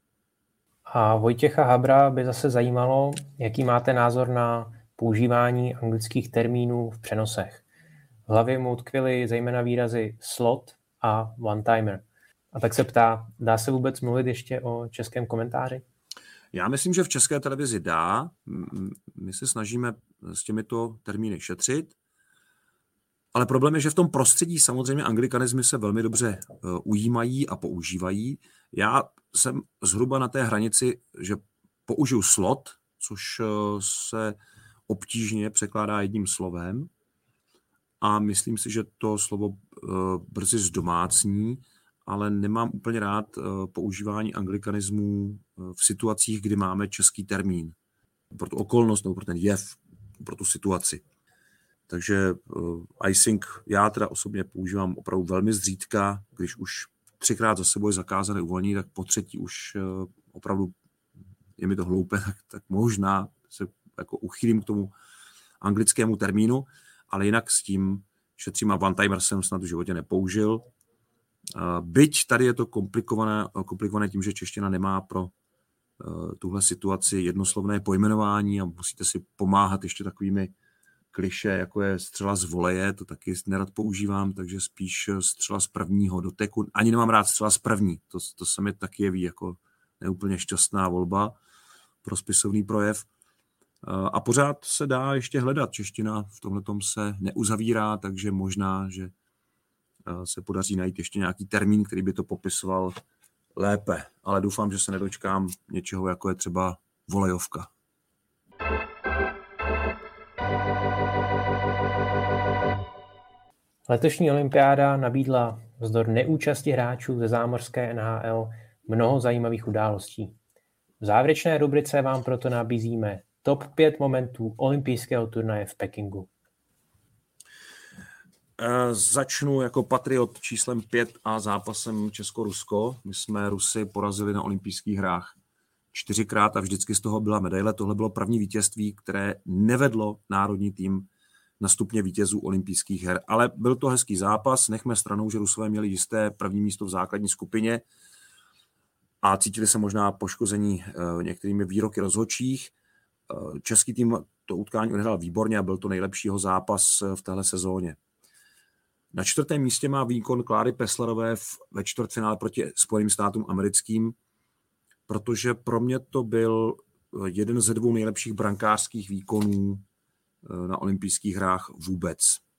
A Vojtěcha Habra by zase zajímalo, jaký máte názor na používání anglických termínů v přenosech. V hlavě mu utkvěly zejména výrazy slot a one-timer. A tak se ptá, dá se vůbec mluvit ještě o českém komentáři? Já myslím, že v české televizi dá. My se snažíme s těmito termíny šetřit, ale problém je, že v tom prostředí samozřejmě anglikanismy se velmi dobře ujímají a používají. Já jsem zhruba na té hranici, že použiju slot, což se obtížně překládá jedním slovem a myslím si, že to slovo brzy zdomácní, ale nemám úplně rád používání anglikanismů v situacích, kdy máme český termín pro tu okolnost nebo pro ten jev, pro tu situaci. Takže icing já teda osobně používám opravdu velmi zřídka, když už 3krát za sebou je zakázané uvolnění, tak po třetí už opravdu je mi to hloupé, tak možná se jako uchýlím k tomu anglickému termínu, ale jinak s tím šetřím a one-timer jsem snad v životě nepoužil. Byť tady je to komplikované tím, že čeština nemá pro tuhle situaci jednoslovné pojmenování a musíte si pomáhat ještě takovými kliše, jako je střela z voleje, to taky nerad používám, takže spíš střela z prvního doteku. Ani nemám rád střela z první, to se mi taky jeví jako neúplně šťastná volba pro spisovný projev. A pořád se dá ještě hledat, čeština v tomhletom se neuzavírá, takže možná, že se podaří najít ještě nějaký termín, který by to popisoval lépe. Ale doufám, že se nedočkám něčeho, jako je třeba volejovka. Letošní olympiáda nabídla vzdor neúčasti hráčů ze zámořské NHL mnoho zajímavých událostí. V závěrečné rubrice vám proto nabízíme top 5 momentů olympijského turnaje v Pekingu. Začnu jako patriot číslem 5 a zápasem Česko-Rusko. My jsme Rusy porazili na olympijských hrách 4krát a vždycky z toho byla medaile. Tohle bylo první vítězství, které nevedlo národní tým na stupně vítězů olympijských her. Ale byl to hezký zápas, nechme stranou, že Rusové měli jisté první místo v základní skupině a cítili se možná poškození některými výroky rozhodčích. Český tým to utkání odehrál výborně a byl to nejlepší jeho zápas v téhle sezóně. Na 4. místě má výkon Kláry Peslerové ve čtvrtfinále proti Spojeným státům americkým, protože pro mě to byl jeden ze 2 nejlepších brankářských výkonů na olympijských hrách vůbec.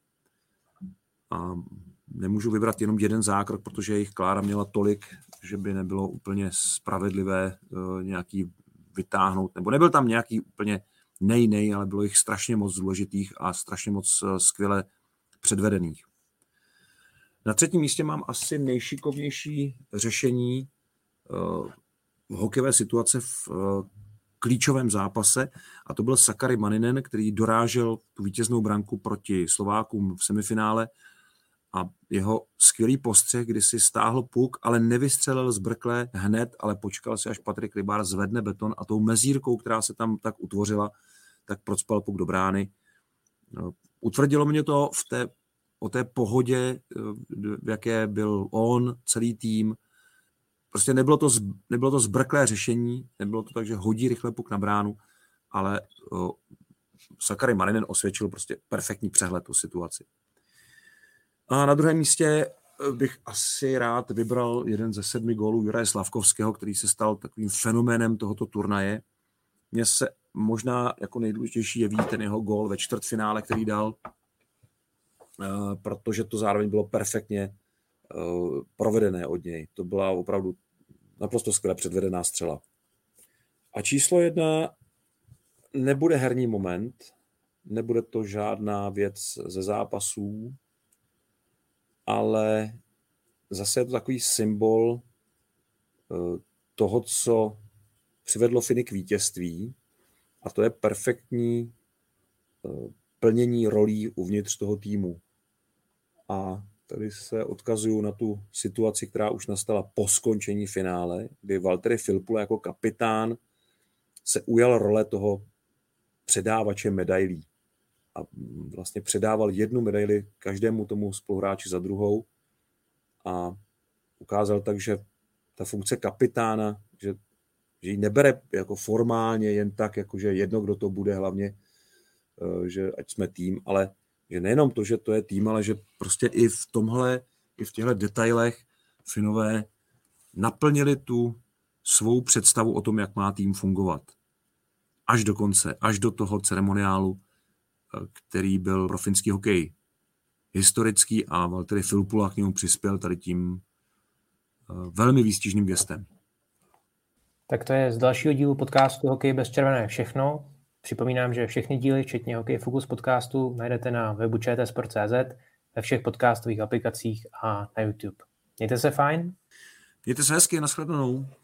A nemůžu vybrat jenom jeden zákrok, protože jich Klára měla tolik, že by nebylo úplně spravedlivé nějaký vytáhnout, nebo nebyl tam nějaký úplně nej, ale bylo jich strašně moc důležitých a strašně moc skvěle předvedených. Na 3. místě mám asi nejšikovnější řešení hokejové situace v klíčovém zápase a to byl Sakari Maninen, který dorážel tu vítěznou branku proti Slovákům v semifinále a jeho skvělý postřeh, kdy si stáhl puk, ale nevystřelil zbrkle hned, ale počkal si, až Patrik Rybár zvedne beton a tou mezírkou, která se tam tak utvořila, tak procpal puk do brány. Utvrdilo mě to o té pohodě, v jaké byl on, celý tým. Prostě nebylo to zbrklé řešení, nebylo to tak, že hodí rychle puk na bránu, ale Sakari Maninen osvědčil prostě perfektní přehled o situaci. A na 2. místě bych asi rád vybral jeden ze 7 gólů Juraje Slavkovského, který se stal takovým fenoménem tohoto turnaje. Mně se možná jako nejdůležitější jeví ten jeho gól ve čtvrtfinále, který dal, protože to zároveň bylo perfektně provedené od něj. To byla opravdu naprosto skvěle předvedená střela. A číslo 1 nebude herní moment, nebude to žádná věc ze zápasů, ale zase je to takový symbol toho, co přivedlo Finy k vítězství, a to je perfektní plnění rolí uvnitř toho týmu. A tady se odkazuju na tu situaci, která už nastala po skončení finále, kdy Valtteri Filppula jako kapitán se ujal role toho předávače medailí. A vlastně předával 1 medaili každému tomu spoluhráči za druhou a ukázal tak, že ta funkce kapitána, že ji nebere jako formálně jen tak, jakože jedno, kdo to bude, hlavně, že ať jsme tým, ale že nejenom to, že to je tým, ale že prostě i v těchto detailech Finové naplnili tu svou představu o tom, jak má tým fungovat. Až do konce, až do toho ceremoniálu, který byl pro finský hokej historický a Valtteri Filppula k němu přispěl tady tím velmi výstižným gestem. Tak to je z dalšího dílu podcastu Hokej bez červené všechno. Připomínám, že všechny díly, včetně Hokej Focus podcastu, najdete na webu čtsport.cz, ve všech podcastových aplikacích a na YouTube. Mějte se fajn. Mějte se hezky, nashledanou.